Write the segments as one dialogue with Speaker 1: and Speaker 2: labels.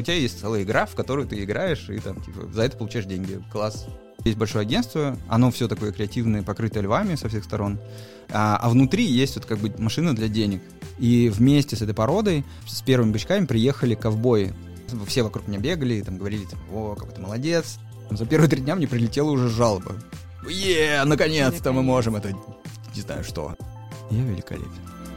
Speaker 1: тебя есть целая игра, в которую ты играешь, и там, типа, за это получаешь деньги. Класс. Есть большое агентство, оно все такое креативное, покрытое львами со всех сторон, а внутри есть вот как бы машина для денег. И вместе с этой породой, с первыми бычками приехали ковбои. Все вокруг меня бегали и там говорили, типа, о, какой ты молодец. За первые 3 дня мне прилетела уже жалоба. Наконец-то мы можем это, не знаю что. Я великолепен.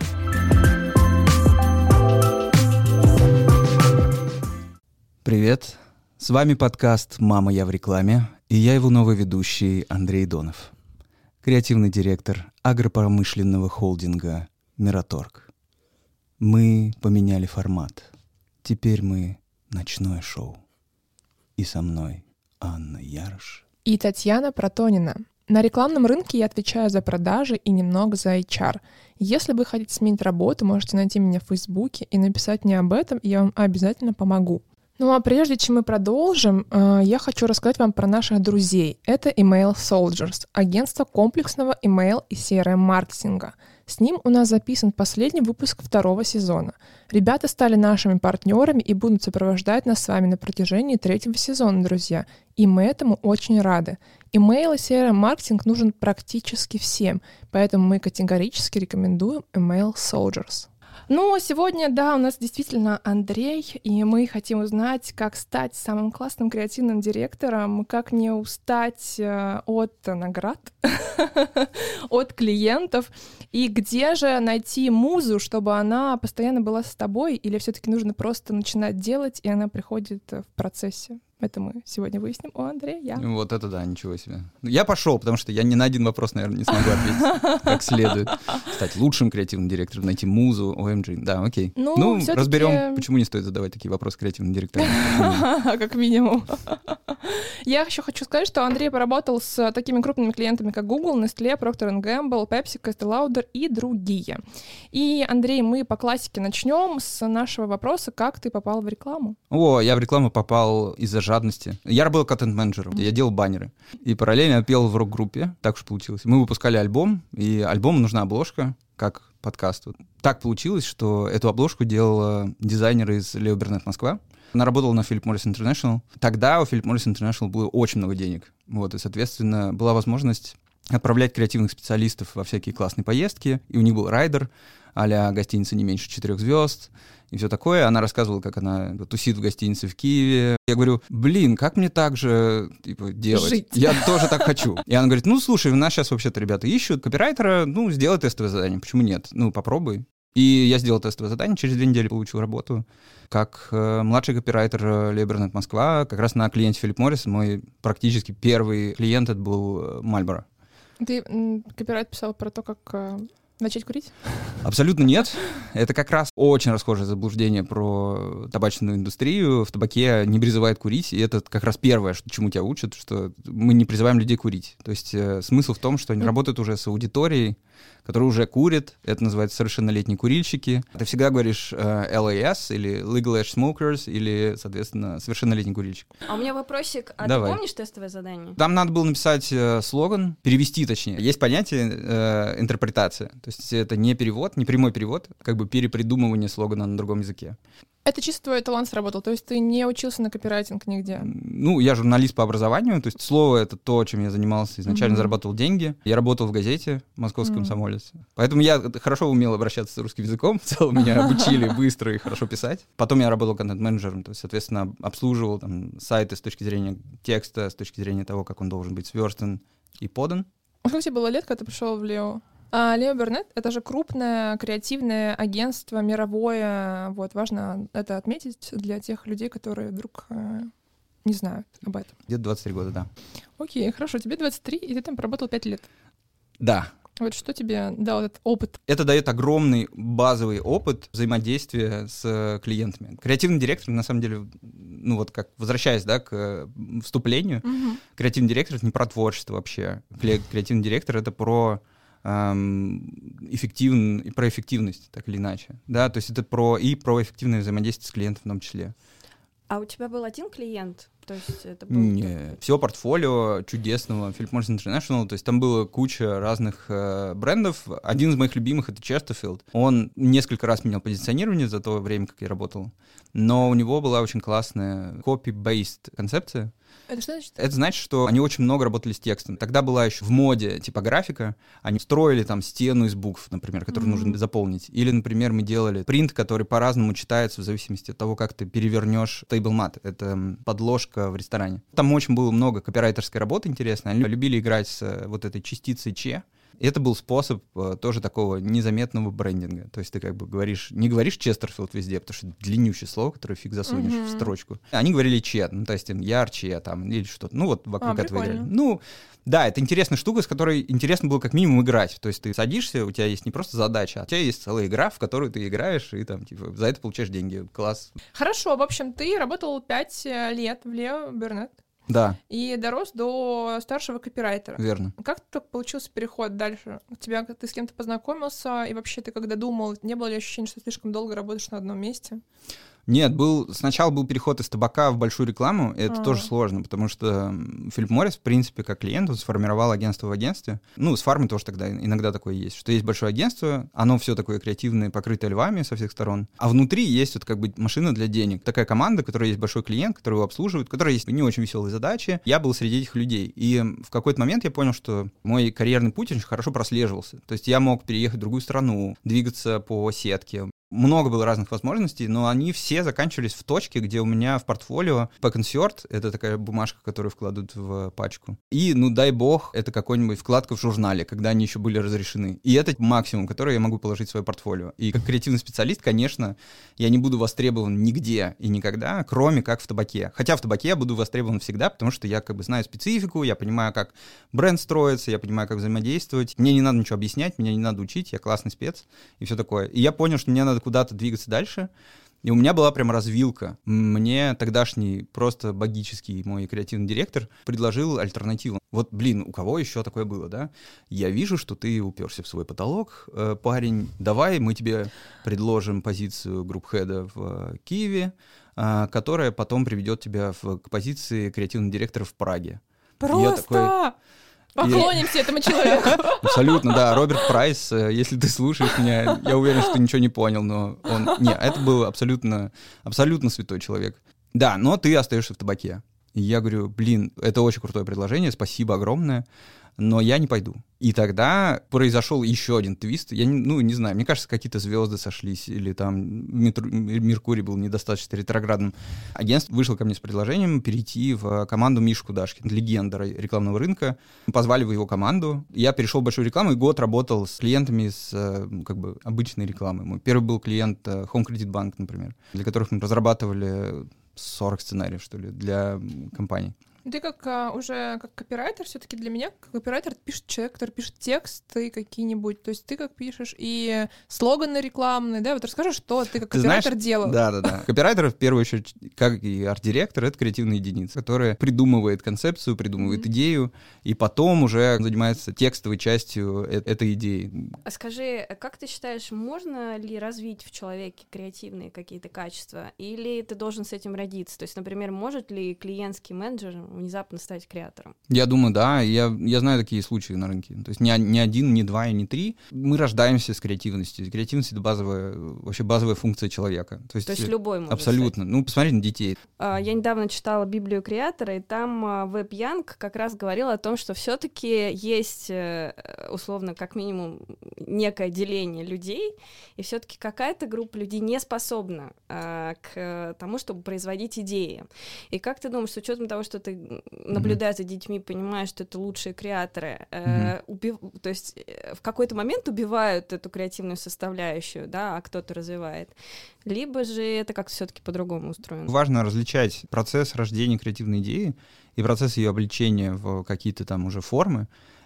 Speaker 1: Привет, с вами подкаст «Мама, я в рекламе», и я его новый ведущий Андрей Донов, креативный директор агропромышленного холдинга «Мираторг». Мы поменяли формат. Теперь мы ночное шоу. И со мной Анна Ярош
Speaker 2: и Татьяна Протонина. На рекламном рынке я отвечаю за продажи и немного за HR. Если вы хотите сменить работу, можете найти меня в Фейсбуке и написать мне об этом, и я вам обязательно помогу. Ну а прежде чем мы продолжим, я хочу рассказать вам про наших друзей. Это Email Soldiers, агентство комплексного email и CRM-маркетинга. С ним у нас записан последний выпуск 2-го сезона. Ребята стали нашими партнерами и будут сопровождать нас с вами на протяжении 3-го сезона, друзья. И мы этому очень рады. Email и CRM-маркетинг нужен практически всем, поэтому мы категорически рекомендуем Email Soldiers. Ну, сегодня, да, у нас действительно Андрей, и мы хотим узнать, как стать самым классным креативным директором, как не устать от наград, от клиентов, и где же найти музу, чтобы она постоянно была с тобой, или все-таки нужно просто начинать делать, и она приходит в процессе. Это мы сегодня выясним у Андрея.
Speaker 1: Вот это да, ничего себе. Я пошел, потому что я ни на один вопрос, наверное, не смогу ответить как следует. Стать лучшим креативным директором, найти музу, OMG. Да, окей. Ну разберем, почему не стоит задавать такие вопросы креативным директорам.
Speaker 2: Как минимум. Я еще хочу сказать, что Андрей поработал с такими крупными клиентами, как Google, Nestle, Procter & Gamble, Pepsi, Estée Lauder и другие. И, Андрей, мы по классике начнем с нашего вопроса, как ты попал в рекламу?
Speaker 1: Я в рекламу попал из-за жадности. Я работал контент-менеджером, я делал баннеры. И параллельно я пел в рок-группе, так уж получилось. Мы выпускали альбом, и альбому нужна обложка, как подкаст. Так получилось, что эту обложку делала дизайнер из Leo Burnett Москва. Она работала на Philip Morris International. Тогда у Philip Morris International было очень много денег. И, соответственно, была возможность отправлять креативных специалистов во всякие классные поездки. И у них был райдер а-ля гостиница не меньше 4 звезд. И все такое. Она рассказывала, как она тусит в гостинице в Киеве. Я говорю, как мне так же делать?
Speaker 2: Жить.
Speaker 1: Я тоже так хочу. И она говорит, слушай, у нас сейчас вообще-то ребята ищут копирайтера, сделай тестовое задание. Почему нет? Попробуй. И я сделал тестовое задание, через 2 недели получил работу как младший копирайтер Leo Burnett Москва, как раз на клиенте Philip Morris. Мой практически первый клиент это был Marlboro.
Speaker 2: Ты копирайт писал про то, как начать курить?
Speaker 1: Абсолютно нет. Это как раз очень расхожее заблуждение про табачную индустрию. В табаке не призывают курить, и это как раз первое, чему тебя учат, что мы не призываем людей курить. То есть смысл в том, что они работают уже с аудиторией, которая уже курит. Это называется совершеннолетние курильщики. Ты всегда говоришь LAS или Legal Age Smokers или, соответственно, совершеннолетний курильщик.
Speaker 3: А у меня вопросик.
Speaker 1: Давай.
Speaker 3: Ты помнишь тестовое задание?
Speaker 1: Там надо было написать слоган, перевести точнее. Есть понятие интерпретация. То есть это не перевод, не прямой перевод, как бы перепридумывание слогана на другом языке.
Speaker 2: Это чисто твой талант сработал, то есть ты не учился на копирайтинг нигде?
Speaker 1: Я журналист по образованию, то есть слово — это то, чем я занимался, изначально зарабатывал деньги. Я работал в газете «Московский комсомолец». Поэтому я хорошо умел обращаться с русским языком, в целом меня обучили быстро и хорошо писать. Потом я работал контент-менеджером, то есть, соответственно, обслуживал сайты с точки зрения текста, с точки зрения того, как он должен быть сверстан и подан.
Speaker 2: Сколько тебе было лет, когда ты пришел в Leo? Leo Burnett — это же крупное креативное агентство мировое. Важно это отметить для тех людей, которые вдруг не знают об этом.
Speaker 1: Где-то 23 года, да.
Speaker 2: Окей, хорошо. Тебе 23, и ты там проработал 5 лет.
Speaker 1: Да.
Speaker 2: Что тебе дал этот опыт?
Speaker 1: Это дает огромный базовый опыт взаимодействия с клиентами. Креативный директор, на самом деле, как возвращаясь, к вступлению, креативный директор — это не про творчество вообще. Креативный директор — это про эффективность, так или иначе. Да, то есть это про эффективное взаимодействие с клиентом в том числе.
Speaker 3: А у тебя был один клиент? То есть это был...
Speaker 1: Не, все портфолио чудесного Philip Morris International, то есть там было куча разных брендов. Один из моих любимых — это Chesterfield. Он несколько раз менял позиционирование за то время, как я работал, но у него была очень классная copy-based концепция.
Speaker 2: Это что значит?
Speaker 1: Это значит, что они очень много работали с текстом. Тогда была еще в моде типографика. Они строили там стену из букв, например, которую нужно заполнить. Или, например, мы делали принт, который по-разному читается в зависимости от того, как ты перевернешь тейбл-мат. Это подложка в ресторане. Там очень было много копирайтерской работы интересной. Они любили играть с вот этой частицей «че». И это был способ тоже такого незаметного брендинга. То есть ты как бы не говоришь Честерфилд везде, потому что это длиннющее слово, которое фиг засунешь в строчку. Они говорили че, ну то есть ярче там или что-то. Ну вот вокруг этого играли. Ну да, это интересная штука, с которой интересно было как минимум играть. То есть ты садишься, у тебя есть не просто задача, а у тебя есть целая игра, в которую ты играешь, и там типа за это получаешь деньги. Класс.
Speaker 2: Хорошо, в общем, ты работал 5 лет в Leo Burnett.
Speaker 1: Да.
Speaker 2: И дорос до старшего копирайтера.
Speaker 1: Верно.
Speaker 2: Как так получился переход дальше? Ты с кем-то познакомился, и вообще ты когда думал, не было ли ощущения, что слишком долго работаешь на одном месте?
Speaker 1: Нет, сначала был переход из табака в большую рекламу, и это тоже сложно, потому что Филипп Моррис, в принципе, как клиент, он сформировал агентство в агентстве. Ну, с фармой тоже тогда иногда такое есть, что есть большое агентство, оно все такое креативное, покрытое львами со всех сторон, а внутри есть вот как бы машина для денег. Такая команда, которая есть большой клиент, который его обслуживает, у которой есть не очень веселые задачи. Я был среди этих людей, и в какой-то момент я понял, что мой карьерный путь очень хорошо прослеживался. То есть я мог переехать в другую страну, двигаться по сетке. Много было разных возможностей, но они все заканчивались в точке, где у меня в портфолио pack insert, это такая бумажка, которую вкладывают в пачку. И, ну дай бог, это какой-нибудь вкладка в журнале, когда они еще были разрешены. И это максимум, который я могу положить в свое портфолио. И как креативный специалист, конечно, я не буду востребован нигде и никогда, кроме как в табаке. Хотя в табаке я буду востребован всегда, потому что я как бы знаю специфику, я понимаю, как бренд строится, я понимаю, как взаимодействовать. Мне не надо ничего объяснять, меня не надо учить, я классный спец и все такое. И я понял, что мне надо куда-то двигаться дальше, и у меня была прям развилка. Мне тогдашний просто богический мой креативный директор предложил альтернативу. Вот, блин, у кого еще такое было, да? Я вижу, что ты уперся в свой потолок, парень, давай мы тебе предложим позицию групп-хеда в Киеве, которая потом приведет тебя к позиции креативного директора в Праге.
Speaker 2: Просто... Поклонимся этому человеку.
Speaker 1: Абсолютно, да. Роберт Прайс, если ты слушаешь меня, я уверен, что ты ничего не понял, но он... Не, это был абсолютно святой человек. Да, но ты остаешься в табаке. И я говорю, блин, это очень крутое предложение, спасибо огромное, но я не пойду. И тогда произошел еще один твист. Я не знаю, мне кажется, какие-то звезды сошлись, или там Меркурий был недостаточно ретроградным. Агентство вышло ко мне с предложением перейти в команду Миши Кудашкина, легенда рекламного рынка. Позвали в его команду. Я перешел в большую рекламу и год работал с клиентами с как бы обычной рекламой. Мой первый был клиент Home Credit Bank, например, для которых мы разрабатывали 40 сценариев, что ли, для компаний.
Speaker 2: Ты уже как копирайтер, все-таки для меня как копирайтер пишет человек, который пишет тексты какие-нибудь. То есть ты как пишешь и слоганы рекламные, да? Вот расскажи, что ты как копирайтер делал.
Speaker 1: Да. Копирайтер, в первую очередь, как и арт-директор, это креативная единица, которая придумывает концепцию, придумывает идею, и потом уже занимается текстовой частью этой идеи.
Speaker 3: А скажи, как ты считаешь, можно ли развить в человеке креативные какие-то качества, или ты должен с этим родиться? То есть, например, может ли клиентский менеджер внезапно стать креатором?
Speaker 1: Я думаю, да. Я знаю такие случаи на рынке. То есть не один, не два и не три. Мы рождаемся с креативностью. Креативность — это базовая функция человека. То есть
Speaker 3: любой может
Speaker 1: абсолютно.
Speaker 3: стать.
Speaker 1: Ну, посмотри на детей.
Speaker 3: Я недавно читала Библию креатора, и там Веб Янг как раз говорил о том, что все-таки есть, условно, как минимум, некое деление людей, и все-таки какая-то группа людей не способна к тому, чтобы производить идеи. И как ты думаешь, с учетом того, что ты, наблюдая за детьми, понимаешь, что это лучшие креаторы, то есть в какой-то момент убивают эту креативную составляющую, да, а кто-то развивает, либо же это как-то все-таки по-другому устроено.
Speaker 1: Важно различать процесс рождения креативной идеи и процесс ее обличения в какие-то там уже формы.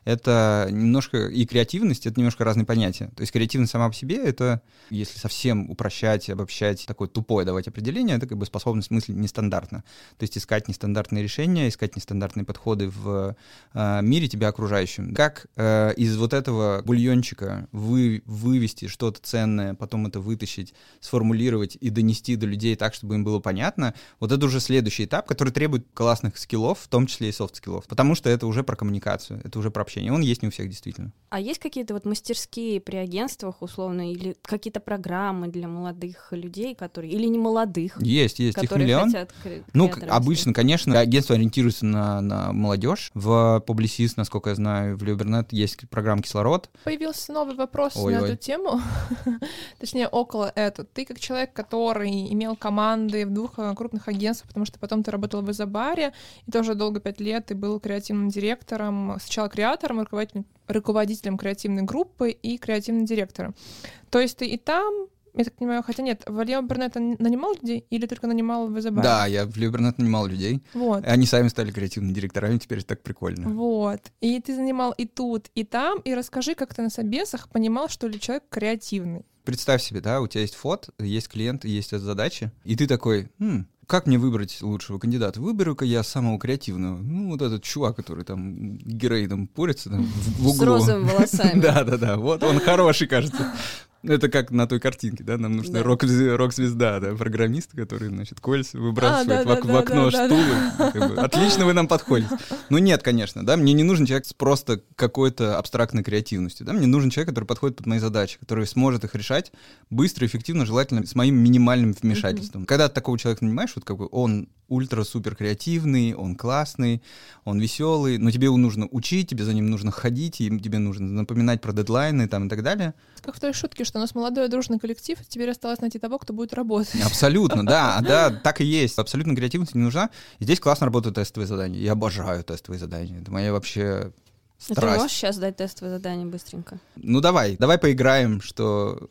Speaker 1: это немножко, и креативность — это немножко разные понятия. То есть креативность сама по себе — это, если совсем упрощать, обобщать, такое тупое давать определение, это как бы способность мыслить нестандартно. То есть искать нестандартные решения, искать нестандартные подходы в мире тебя окружающем. Как из вот этого бульончика вывести что-то ценное, потом это вытащить, сформулировать и донести до людей так, чтобы им было понятно, вот это уже следующий этап, который требует классных скиллов, в том числе и софт-скиллов, потому что это уже про коммуникацию, это уже про общение. Он есть не у всех действительно.
Speaker 3: А есть какие-то вот мастерские при агентствах, условно, или какие-то программы для молодых людей, которые, или не молодых?
Speaker 1: Есть, их миллион.
Speaker 3: Хотят
Speaker 1: Ну, обычно, конечно, агентство ориентируется на молодежь. В Publicis, насколько я знаю, в Любернет есть программа «Кислород».
Speaker 2: Появился новый вопрос на эту тему, точнее, около этого. Ты как человек, который имел команды в 2 крупных агентствах, потому что потом ты работал в Изобаре, и тоже долго 5 лет ты был креативным директором, сначала креатором, руководителем креативной группы и креативным директором. То есть ты и там, я так понимаю, хотя нет, в Любернет нанимал людей или только нанимал в Изобаре?
Speaker 1: Да, я в Любернет нанимал людей.
Speaker 2: Вот.
Speaker 1: Они сами стали креативными директорами, теперь это так прикольно.
Speaker 2: Вот. И ты занимал и тут, и там, и расскажи, как ты на собесах понимал, что ли человек креативный.
Speaker 1: Представь себе, да, у тебя есть фот, есть клиент, есть задачи, и ты такой, как мне выбрать лучшего кандидата? Выберу-ка я самого креативного. Ну, вот этот чувак, который там героином порется там, в углу.
Speaker 3: С розовыми волосами.
Speaker 1: Да, вот он хороший, кажется. Это как на той картинке, да, нам нужна рок-звезда, да, программист, который, значит, кольца выбрасывает в окно стулы. Отлично вы нам подходите. Ну нет, конечно, да, мне не нужен человек с просто какой-то абстрактной креативностью, да, мне нужен человек, который подходит под мои задачи, который сможет их решать быстро, эффективно, желательно с моим минимальным вмешательством. Когда ты такого человека нанимаешь, вот какой он ультра-супер креативный, он классный, он веселый, но тебе его нужно учить, тебе за ним нужно ходить, и тебе нужно напоминать про дедлайны там, и так далее.
Speaker 2: Как в той шутке, что у нас молодой дружный коллектив, теперь осталось найти того, кто будет работать.
Speaker 1: Абсолютно, да, так и есть. Абсолютно креативность не нужна. И здесь классно работают тестовые задания. Я обожаю тестовые задания. Это моя вообще страсть.
Speaker 3: Ты можешь сейчас дать тестовое задание быстренько?
Speaker 1: Ну давай поиграем, что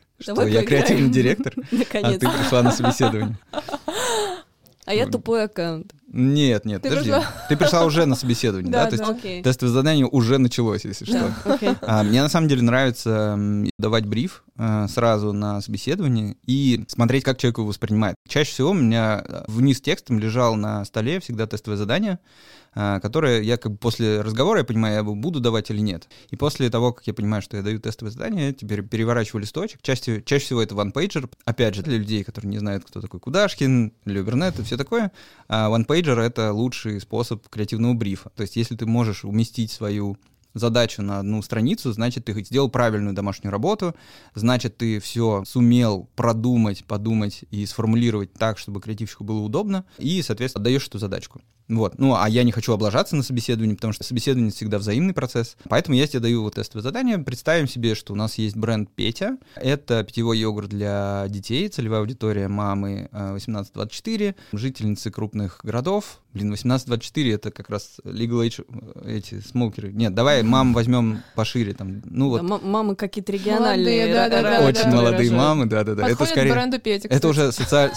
Speaker 1: я креативный директор, а ты пришла на собеседование.
Speaker 3: А я тупой аккаунт.
Speaker 1: Нет, подожди. Ты пришла уже на собеседование, да? То есть тестовое задание уже началось, если что. Мне на самом деле нравится давать бриф сразу на собеседование и смотреть, как человек его воспринимает. Чаще всего у меня вниз текстом лежал на столе всегда тестовое задание, которое я как бы после разговора, я понимаю, я его буду давать или нет. И после того, как я понимаю, что я даю тестовое задание, я теперь переворачиваю листочек. Чаще всего это one-pager. Опять же, для людей, которые не знают, кто такой Кудашкин, Любернет и все такое, one-pager — это лучший способ креативного брифа. То есть если ты можешь уместить свою задачу на одну страницу, значит, ты сделал правильную домашнюю работу, значит, ты все сумел продумать, подумать и сформулировать так, чтобы креативщику было удобно, и, соответственно, отдаешь эту задачку. Вот. Ну, а я не хочу облажаться на собеседовании, потому что собеседование всегда взаимный процесс. Поэтому я тебе даю вот тестовое задание. Представим себе, что у нас есть бренд Петя. Это питьевой йогурт для детей, целевая аудитория мамы 18-24, жительницы крупных городов. 18-24 — это как раз legal age, эти смокеры. Нет, давай мам возьмем пошире. Там, ну, вот.
Speaker 3: Мамы какие-то региональные.
Speaker 1: Очень молодые мамы, да-да-да.
Speaker 2: Это скорее бренду Петя,
Speaker 1: это уже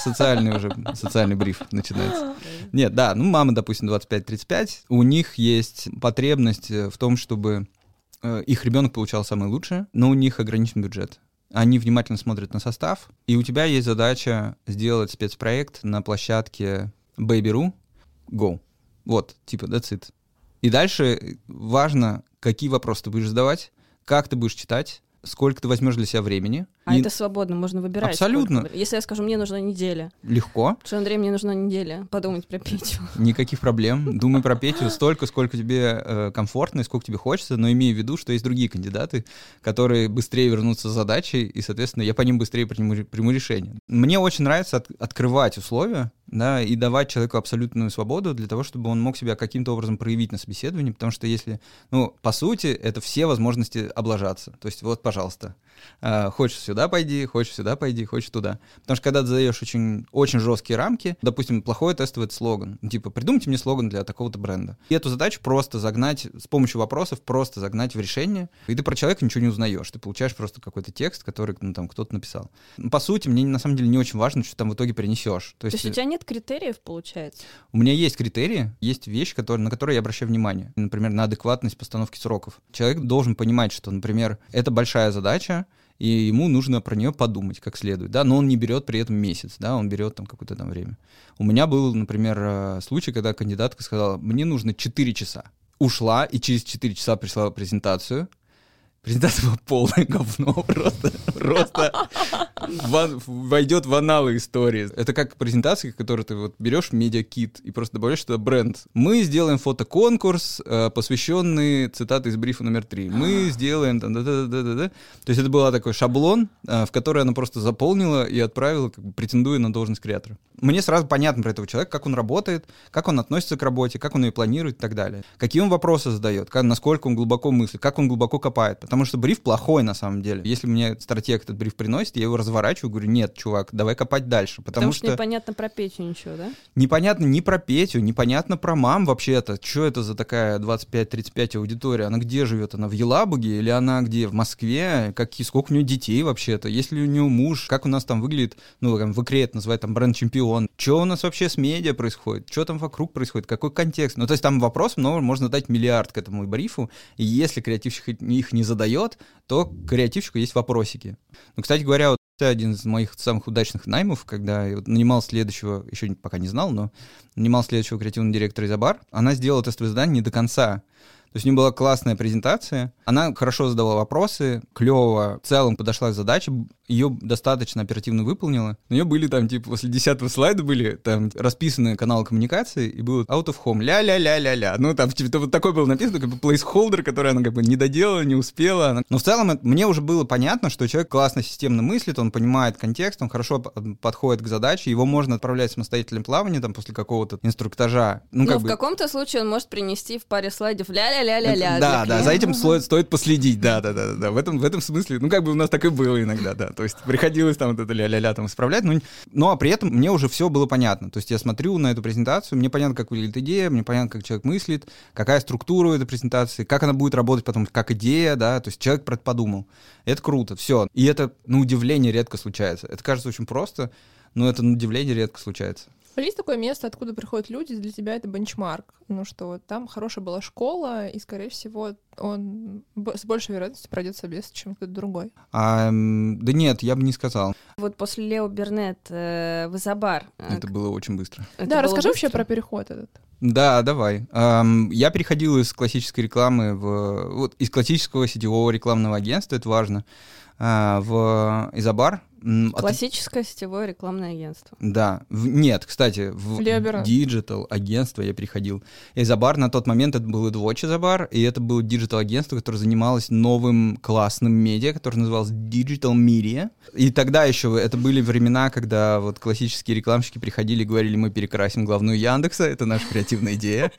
Speaker 1: социальный бриф начинается. Нет, да, ну мамы, допустим, 25-35, у них есть потребность в том, чтобы их ребенок получал самое лучшее, но у них ограничен бюджет. Они внимательно смотрят на состав, и у тебя есть задача сделать спецпроект на площадке Baby.ru Go. Вот, типа, that's it. И дальше важно, какие вопросы ты будешь задавать, как ты будешь читать, сколько ты возьмешь для себя времени.
Speaker 3: А это свободно, можно выбирать.
Speaker 1: Абсолютно.
Speaker 3: Сколько. Если я скажу, мне нужна неделя.
Speaker 1: Легко.
Speaker 3: Потому что, Андрей, мне нужна неделя подумать про Петю.
Speaker 1: Никаких проблем. Думай про Петю столько, сколько тебе комфортно и сколько тебе хочется, но имей в виду, что есть другие кандидаты, которые быстрее вернутся с задачей, и, соответственно, я по ним быстрее приму решение. Мне очень нравится открывать условия, да, и давать человеку абсолютную свободу для того, чтобы он мог себя каким-то образом проявить на собеседовании, потому что если, ну, по сути, это все возможности облажаться. То есть вот, пожалуйста. Хочешь сюда пойди, хочешь сюда пойди, хочешь туда. Потому что когда ты задаешь очень, очень жесткие рамки, допустим, плохой тестовый слоган, типа, придумайте мне слоган для такого-то бренда. И эту задачу просто загнать, с помощью вопросов просто загнать в решение, и ты про человека ничего не узнаешь. Ты получаешь просто какой-то текст, который там кто-то написал. По сути, мне на самом деле не очень важно, что там в итоге принесешь.
Speaker 3: То есть у тебя нет критериев, получается?
Speaker 1: У меня есть критерии, есть вещи, на которые я обращаю внимание. Например, на адекватность постановки сроков. Человек должен понимать, что, например, это большая задача, и ему нужно про нее подумать как следует, да, но он не берет при этом месяц, да, он берет там какое-то там время. У меня был, например, случай, когда кандидатка сказала, мне нужно 4 часа. Ушла, и через 4 часа прислала презентацию. Презентация была полное говно, просто войдет в аналы истории. Это как презентация, которую ты вот берешь в медиакит и просто добавляешь туда бренд. Мы сделаем фотоконкурс, посвященный цитате из брифа номер 3. Мы сделаем... То есть это был такой шаблон, в который она просто заполнила и отправила, как бы претендуя на должность креатора. Мне сразу понятно про этого человека, как он работает, как он относится к работе, как он ее планирует и так далее. Какие он вопросы задает, насколько он глубоко мыслит, как он глубоко копает. Потому что бриф плохой на самом деле. Если мне стратег этот бриф приносит, я его разворачиваю, говорю, нет, чувак, давай копать дальше. Потому что
Speaker 3: непонятно про Петю ничего, да?
Speaker 1: Непонятно ни про Петю, непонятно про мам вообще-то. Что это за такая 25-35 аудитория? Она где живет? Она в Елабуге или она где? В Москве? Сколько у нее детей вообще-то? Есть ли у нее муж? Как у нас там выглядит, в икре это называют там бренд-чемпион? Что у нас вообще с медиа происходит? Что там вокруг происходит? Какой контекст? То есть там вопросов можно дать миллиард к этому брифу, и если креативщик их не задает, то к креативщику есть вопросики. Кстати говоря, вот один из моих самых удачных наймов, когда я нанимал следующего, еще пока не знал, но нанимал следующего креативного директора Изабар, она сделала тестовое задание не до конца. То есть у нее была классная презентация, она хорошо задавала вопросы, клево в целом подошла к задаче, ее достаточно оперативно выполнила. У нее были там, после 10-го слайда были там расписаны каналы коммуникации, и было out of home, ля-ля-ля-ля-ля. Там вот такой был написан, как бы placeholder, который она как бы не доделала, не успела. Но в целом мне уже было понятно, что человек классно системно мыслит, он понимает контекст, он хорошо подходит к задаче, его можно отправлять в самостоятельное плавание там после какого-то инструктажа.
Speaker 3: В каком-то случае он может принести в паре слайдов ля-ля-ля-ля-ля.
Speaker 1: Да, за этим стоит последить, да. В этом смысле, у нас так и было иногда, да. То есть приходилось там вот это ля-ля-ля там исправлять, но при этом мне уже все было понятно. То есть я смотрю на эту презентацию, мне понятно, как выглядит идея, мне понятно, как человек мыслит, какая структура у этой презентации, как она будет работать потом как идея, да, то есть человек про это подумал. Это круто, все. И это, на удивление, редко случается. Это кажется очень просто, но это, на удивление, редко случается.
Speaker 2: Есть такое место, откуда приходят люди, для тебя это бенчмарк. Что вот там хорошая была школа, и, скорее всего, он с большей вероятностью пройдет собес, чем кто-то другой.
Speaker 1: Да нет, я бы не сказал.
Speaker 3: Вот после Лео Бернет в Изабар.
Speaker 1: Это было очень быстро.
Speaker 2: Расскажи вообще про переход этот.
Speaker 1: Да, давай. Я переходил из классической рекламы из классического сетевого рекламного агентства, это важно, в Изабар.
Speaker 3: Классическое сетевое рекламное агентство.
Speaker 1: Да. Нет, кстати, в диджитал-агентство я переходил. Изабар на тот момент, это был Эдвотч Изабар, и это было диджитал-агентство, которое занималось новым классным медиа, которое называлось Digital Media. И тогда еще это были времена, когда вот классические рекламщики приходили и говорили, мы перекрасим главную Яндекса, это наша креативная идея.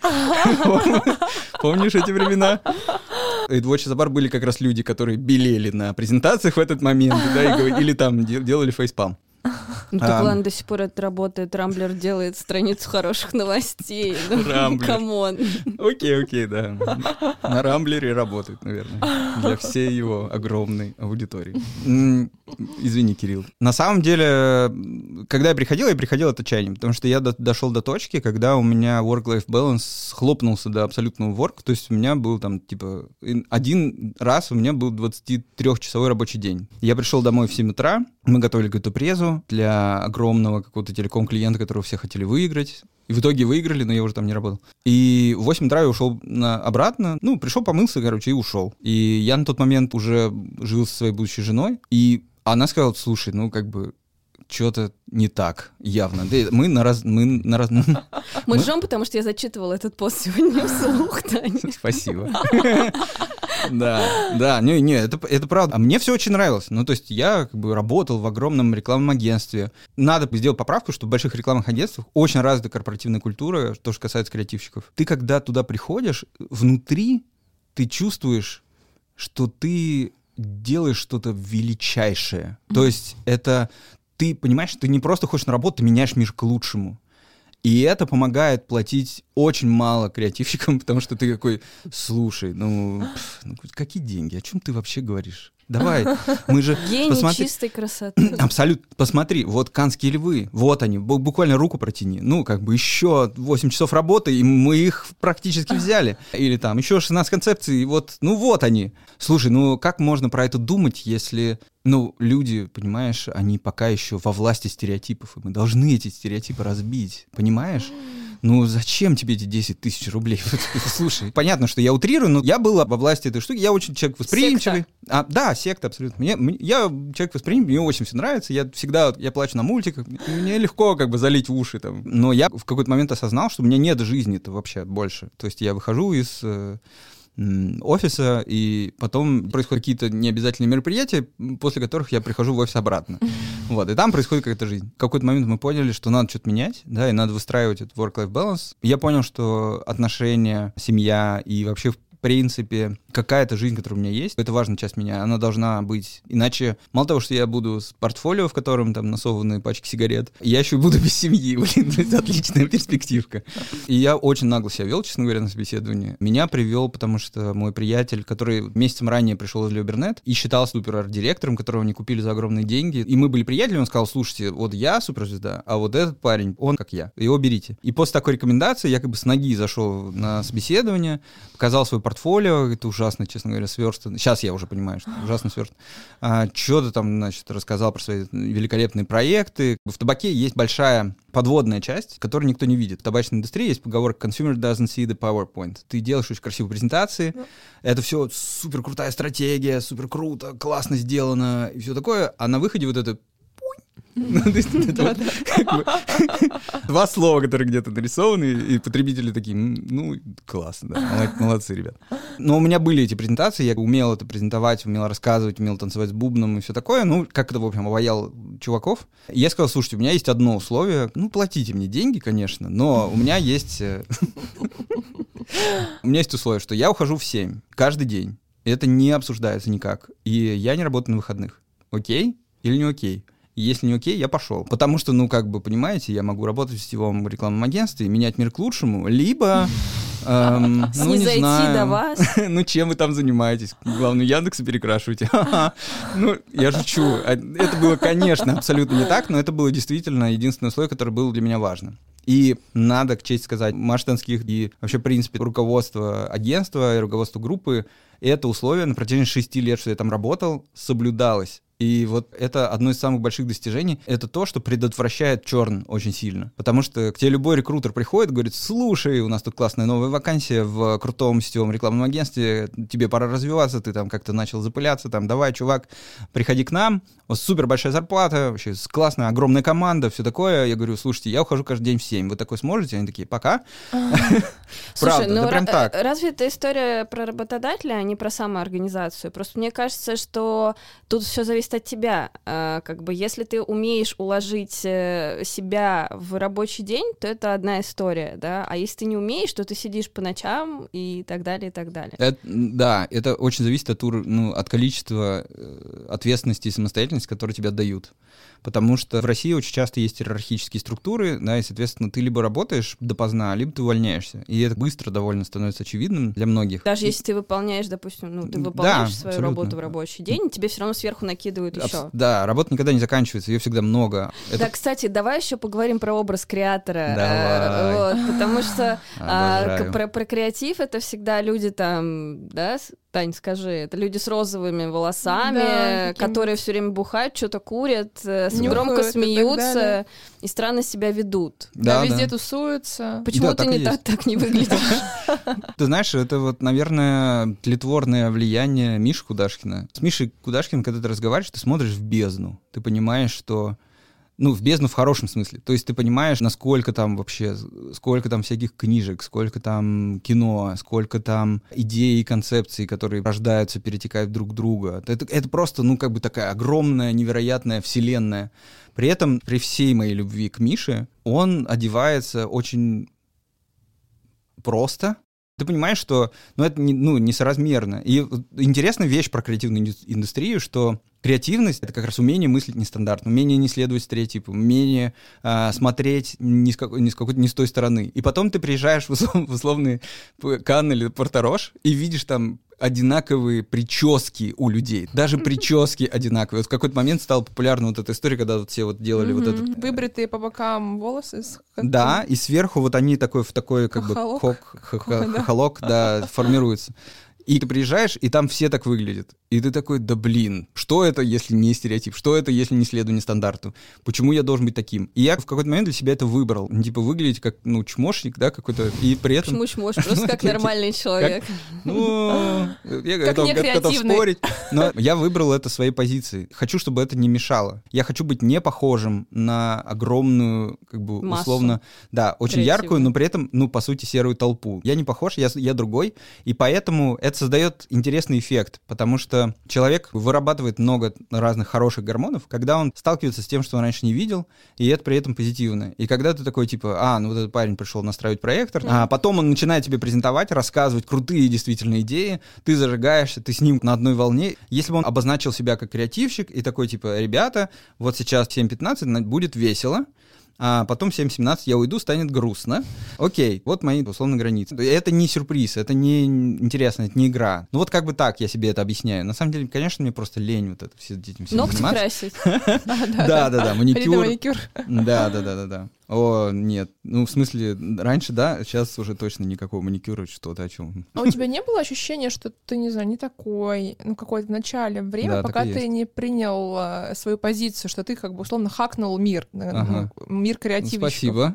Speaker 1: Помнишь эти времена? Эдвотч Изабар были как раз люди, которые белели на презентациях в этот момент, да, или там делали фейспалм.
Speaker 3: Так ладно, до сих пор это работает. Рамблер делает страницу хороших новостей. Камон.
Speaker 1: Окей, да. На Рамблере работает, наверное, для всей его огромной аудитории. Извини, Кирилл. На самом деле, когда я приходил от отчаяния, потому что я дошел до точки, когда у меня work-life balance схлопнулся до абсолютного work, то есть у меня был там, один раз у меня был 23-часовой рабочий день. Я пришел домой в 7 утра, мы готовили какую-то презу для огромного какого-то телеком-клиента, которого все хотели выиграть. И в итоге выиграли, но я уже там не работал. И в 8 утра я ушел обратно, пришел, помылся, и ушел. И я на тот момент уже жил со своей будущей женой, и она сказала, слушай, что-то не так, явно. Да, мы
Speaker 3: ржем, потому что я зачитывала этот пост сегодня вслух, Таня.
Speaker 1: Спасибо. Да, это правда. А мне все очень нравилось. То есть я работал в огромном рекламном агентстве. Надо сделать поправку, что в больших рекламных агентствах очень развита корпоративная культура, что касается креативщиков. Ты, когда туда приходишь, внутри ты чувствуешь, что ты делаешь что-то величайшее. То есть это, ты понимаешь, ты не просто ходишь на работу, ты меняешь мир к лучшему. И это помогает платить очень мало креативщикам, потому что ты такой, слушай, какие деньги, о чем ты вообще говоришь? Давай, мы же...
Speaker 3: Гений чистой красоты.
Speaker 1: Абсолютно. Посмотри, вот «Канские львы», вот они, буквально руку протяни. Еще 8 часов работы, и мы их практически взяли. Или там еще 16 концепций, и вот они. Слушай, как можно про это думать, если... люди, понимаешь, они пока еще во власти стереотипов, и мы должны эти стереотипы разбить, понимаешь? Зачем тебе эти 10 тысяч рублей? Слушай, понятно, что я утрирую, но я был во власти этой штуки, я очень человек восприимчивый. Да, секта, абсолютно. Я человек восприимчивый, мне очень все нравится, я плачу на мультиках, мне легко залить в уши. Там. Но я в какой-то момент осознал, что у меня нет жизни-то вообще больше. То есть я выхожу из... офиса, и потом происходят какие-то необязательные мероприятия, после которых я прихожу в офис обратно. И там происходит какая-то жизнь. В какой-то момент мы поняли, что надо что-то менять, да, и надо выстраивать этот work-life balance. Я понял, что отношения, семья и вообще в принципе, какая-то жизнь, которая у меня есть, это важная часть меня, она должна быть. Иначе, мало того, что я буду с портфолио, в котором там насованы пачки сигарет, я еще и буду без семьи. Отличная перспективка. И я очень нагло себя вел, честно говоря, на собеседовании. Меня привел, потому что мой приятель, который месяцем ранее пришел из Леобернет и считался супер-арт-директором, которого они купили за огромные деньги. И мы были приятели, он сказал, слушайте, вот я суперзвезда, а вот этот парень, он как я, его берите. И после такой рекомендации я с ноги зашел на собеседование, показал свой портфолио, это ужасно, честно говоря, сверстано. Сейчас я уже понимаю, что ужасно сверстано. Что-то там, рассказал про свои великолепные проекты. В табаке есть большая подводная часть, которую никто не видит. В табачной индустрии есть поговорка «consumer doesn't see the PowerPoint». Ты делаешь очень красивые презентации, это все супер крутая стратегия, супер круто, классно сделано и все такое, а на выходе вот это два слова, которые где-то нарисованы, и потребители такие, классно, да, молодцы, ребят. Но у меня были эти презентации, я умел это презентовать, умел рассказывать, умел танцевать с бубном и все такое, как это, в общем, обаял чуваков. И я сказал, слушайте, у меня есть одно условие, платите мне деньги, конечно, но у меня есть... У меня есть условие, что я ухожу в 7 каждый день, это не обсуждается никак, и я не работаю на выходных. Окей или не окей? Если не окей, я пошел. Потому что, понимаете, я могу работать в сетевом рекламном агентстве и менять мир к лучшему, либо...
Speaker 3: не зайти до вас.
Speaker 1: Чем вы там занимаетесь? Главное, Яндекса перекрашиваете. Я шучу. Это было, конечно, абсолютно не так, но это было действительно единственное условие, которое было для меня важно. И надо, к чести сказать, Маштанских и вообще, в принципе, руководство агентства и руководство группы, это условие на протяжении 6 лет, что я там работал, соблюдалось. И вот это одно из самых больших достижений, это то, что предотвращает черн очень сильно. Потому что к тебе любой рекрутер приходит и говорит, слушай, у нас тут классная новая вакансия в крутом сетевом рекламном агентстве, тебе пора развиваться, ты там как-то начал запыляться, там, давай, чувак, приходи к нам, у вас супер большая зарплата, вообще классная, огромная команда, все такое. Я говорю, слушайте, я ухожу каждый день в 7, вы такой сможете? Они такие, пока.
Speaker 3: Слушай, ну разве это история про работодателя, а не про самоорганизацию? Просто мне кажется, что тут все зависит от тебя. Если ты умеешь уложить себя в рабочий день, то это одна история, да? А если ты не умеешь, то ты сидишь по ночам и так далее, и так далее.
Speaker 1: Да, это очень зависит от количества ответственности и самостоятельности, которые тебе отдают. Потому что в России очень часто есть иерархические структуры, да, и, соответственно, ты либо работаешь допоздна, либо ты увольняешься. И это быстро довольно становится очевидным для многих.
Speaker 3: Даже если ты выполняешь, допустим, ты выполняешь свою работу в рабочий день, тебе все равно сверху накидывают еще.
Speaker 1: Да, работа никогда не заканчивается, ее всегда много.
Speaker 3: Да, кстати, давай еще поговорим про образ креатора.
Speaker 1: Давай.
Speaker 3: Потому что про креатив это всегда люди там, да, Тань, скажи, это люди с розовыми волосами, да, которые все время бухают, что-то курят, громко смеются и странно себя ведут.
Speaker 2: Да, везде тусуются.
Speaker 3: Почему ты так не выглядишь?
Speaker 1: Ты знаешь, это наверное, тлетворное влияние Миши Кудашкина. С Мишей Кудашкиным, когда ты разговариваешь, ты смотришь в бездну. Ты понимаешь, что... в бездну в хорошем смысле. То есть ты понимаешь, насколько там вообще, сколько там всяких книжек, сколько там кино, сколько там идей и концепций, которые рождаются, перетекают друг в друга. Это просто, такая огромная, невероятная вселенная. При этом, при всей моей любви к Мише, он одевается очень просто. ты понимаешь, что это несоразмерно. И интересная вещь про креативную индустрию, что креативность — это как раз умение мыслить нестандартно, умение не следовать стереотипу, умение смотреть не с той стороны. И потом ты приезжаешь в условный Канн или Порто-Рош и видишь там одинаковые прически у людей. Даже прически одинаковые. Вот в какой-то момент стала популярна вот эта история, когда вот все вот делали вот этот...
Speaker 2: Выбритые по бокам волосы.
Speaker 1: Да, и сверху вот они в такой как бы хохолок, да, формируются. И ты приезжаешь, и там все так выглядят. И ты такой, да блин, что это, если не стереотип? Что это, если не следование стандарту? Почему я должен быть таким? И я в какой-то момент для себя это выбрал. Типа выглядеть как, чмошник, да, какой-то. И при этом...
Speaker 3: Почему чмош? Просто как нормальный человек.
Speaker 1: Я готов спорить. Но я выбрал это своей позиции. Хочу, чтобы это не мешало. Я хочу быть не похожим на огромную, как бы, условно... Да, очень яркую, но при этом, по сути, серую толпу. Я не похож, я другой. И поэтому это создает интересный эффект, потому что человек вырабатывает много разных хороших гормонов, когда он сталкивается с тем, что он раньше не видел, и это при этом позитивно. И когда ты такой, типа, вот этот парень пришел настраивать проектор, а потом он начинает тебе презентовать, рассказывать крутые действительно идеи, ты зажигаешься, ты с ним на одной волне. Если бы он обозначил себя как креативщик и такой, типа, ребята, вот сейчас в 7:15 будет весело, а потом в 7:17 я уйду, станет грустно. Окей, вот мои, условно, границы. Это не сюрприз, это не интересно, это не игра. Вот как бы так я себе это объясняю. На самом деле, конечно, мне просто лень вот это все этим всем
Speaker 3: ногти
Speaker 1: заниматься.
Speaker 3: красить.
Speaker 1: Да, маникюр.
Speaker 2: Маникюр.
Speaker 1: Да. О, нет. В смысле, раньше, да, сейчас уже точно никакого маникюра, что-то о чем.
Speaker 2: А у тебя не было ощущения, что ты, не знаю, не такой, какое-то в начале времени, да, пока ты не принял свою позицию, что ты как бы условно хакнул мир, мир креативщиков?
Speaker 1: Спасибо.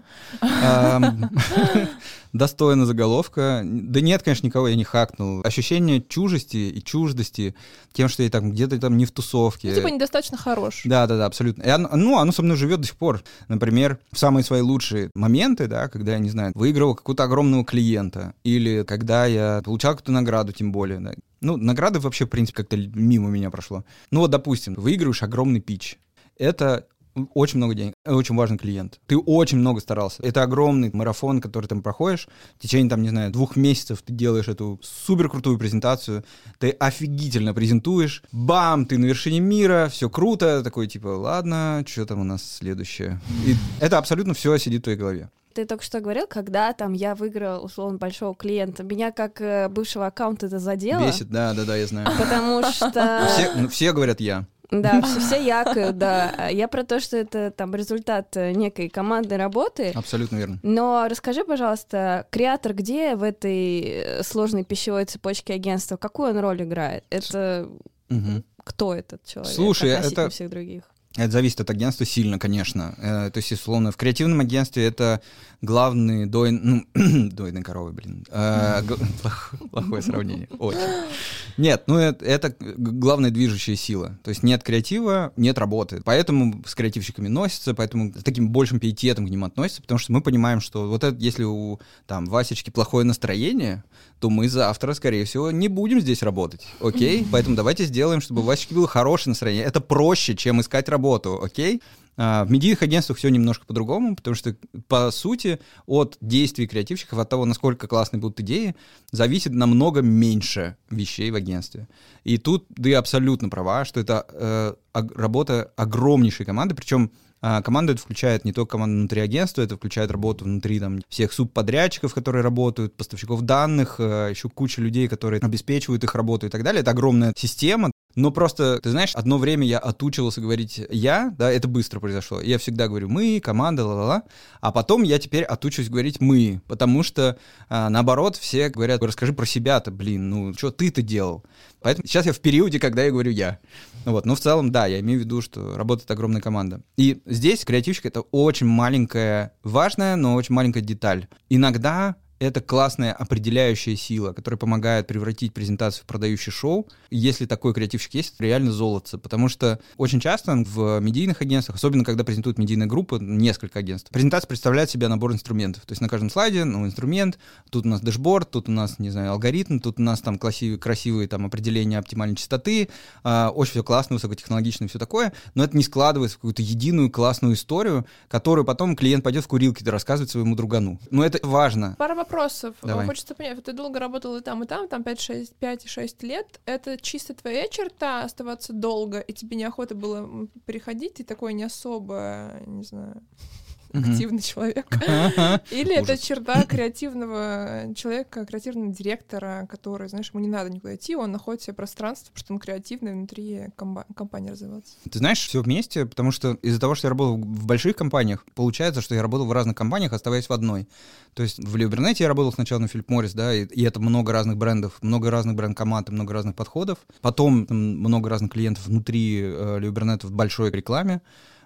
Speaker 1: Достойна заголовка. Да нет, конечно, никого я не хакнул. Ощущение чужести и чуждости тем, что я там где-то там не в тусовке.
Speaker 2: Типа недостаточно хорош.
Speaker 1: Да, абсолютно. И оно со мной живет до сих пор. Например, в самые свои лучшие моменты, да, когда я, не знаю, выигрывал какого-то огромного клиента, или когда я получал какую-то награду, тем более, да. Награды вообще, в принципе, как-то мимо меня прошло. Допустим, выигрываешь огромный питч. Это очень много денег, очень важный клиент. Ты очень много старался. Это огромный марафон, который там проходишь. В течение, 2 месяцев ты делаешь эту суперкрутую презентацию. Ты офигительно презентуешь. Бам, ты на вершине мира, все круто. Такой, типа, ладно, что там у нас следующее? И это абсолютно все сидит в твоей голове.
Speaker 3: Ты только что говорил, когда я выиграл, условно, большого клиента. Меня как бывшего аккаунта это задело.
Speaker 1: Бесит, да, я знаю.
Speaker 3: Потому что...
Speaker 1: Все говорят «я».
Speaker 3: Да, все якают, да. Я про то, что это результат некой командной работы.
Speaker 1: Абсолютно верно.
Speaker 3: Но расскажи, пожалуйста, креатор где в этой сложной пищевой цепочке агентства? Какую он роль играет? Это кто этот человек?
Speaker 1: Слушай,
Speaker 3: относительно всех других?
Speaker 1: Это зависит от агентства сильно, конечно. То есть, условно, в креативном агентстве это главные дойные коровы, плохое сравнение. Очень. Нет, это главная движущая сила. То есть нет креатива, нет работы. Поэтому с креативщиками носятся, поэтому с таким большим пиететом к ним относятся, потому что мы понимаем, что вот это, если у Васечки плохое настроение, то мы завтра, скорее всего, не будем здесь работать. Окей? Поэтому давайте сделаем, чтобы у Васечки было хорошее настроение. Это проще, чем искать работу. Окей? В медийных агентствах все немножко по-другому, потому что, по сути, от действий креативщиков, от того, насколько классные будут идеи, зависит намного меньше вещей в агентстве. И тут ты абсолютно права, что это работа огромнейшей команды, причем команда это включает не только команду внутри агентства, это включает работу внутри всех субподрядчиков, которые работают, поставщиков данных, еще куча людей, которые обеспечивают их работу и так далее. Это огромная система. Но просто, ты знаешь, одно время я отучивался говорить «я», да, это быстро произошло. Я всегда говорю «мы», «команда», ла-ла-ла. А потом я теперь отучусь говорить «мы», потому что, наоборот, все говорят «расскажи про себя-то, что ты-то делал?» Поэтому сейчас я в периоде, когда я говорю «я». Но в целом, да, я имею в виду, что работает огромная команда. И здесь креативщик — это очень маленькая, важная, но очень маленькая деталь. Иногда это классная определяющая сила, которая помогает превратить презентацию в продающее шоу. Если такой креативщик есть, это реально золото. Потому что очень часто в медийных агентствах, особенно когда презентуют медийная группа, несколько агентств, презентация представляет себя набор инструментов. То есть на каждом слайде инструмент, тут у нас дэшборд, тут у нас, не знаю, алгоритм, тут у нас красивые определения оптимальной частоты, очень все классно, высокотехнологично и все такое, но это не складывается в какую-то единую классную историю, которую потом клиент пойдет в курилке рассказывать своему другану. Но это важно.
Speaker 2: Пара вопросов.
Speaker 1: Давай.
Speaker 2: Хочется понять, вот ты долго работал и там 5-6 лет. Это чисто твоя черта оставаться долго, и тебе неохота было переходить, ты такой не особо, не знаю, активный человек? Или это черта креативного человека, креативного директора, который, знаешь, ему не надо никуда идти, он находит себе пространство, потому что он креативный, внутри компании развиваться?
Speaker 1: Ты знаешь, все вместе, потому что из-за того, что я работал в больших компаниях, получается, что я работал в разных компаниях, оставаясь в одной. То есть в Либернете я работал сначала на Филипп Моррис, да, и это много разных брендов, много разных бренд-команд и много разных подходов. Потом много разных клиентов внутри Либернета в большой рекламе.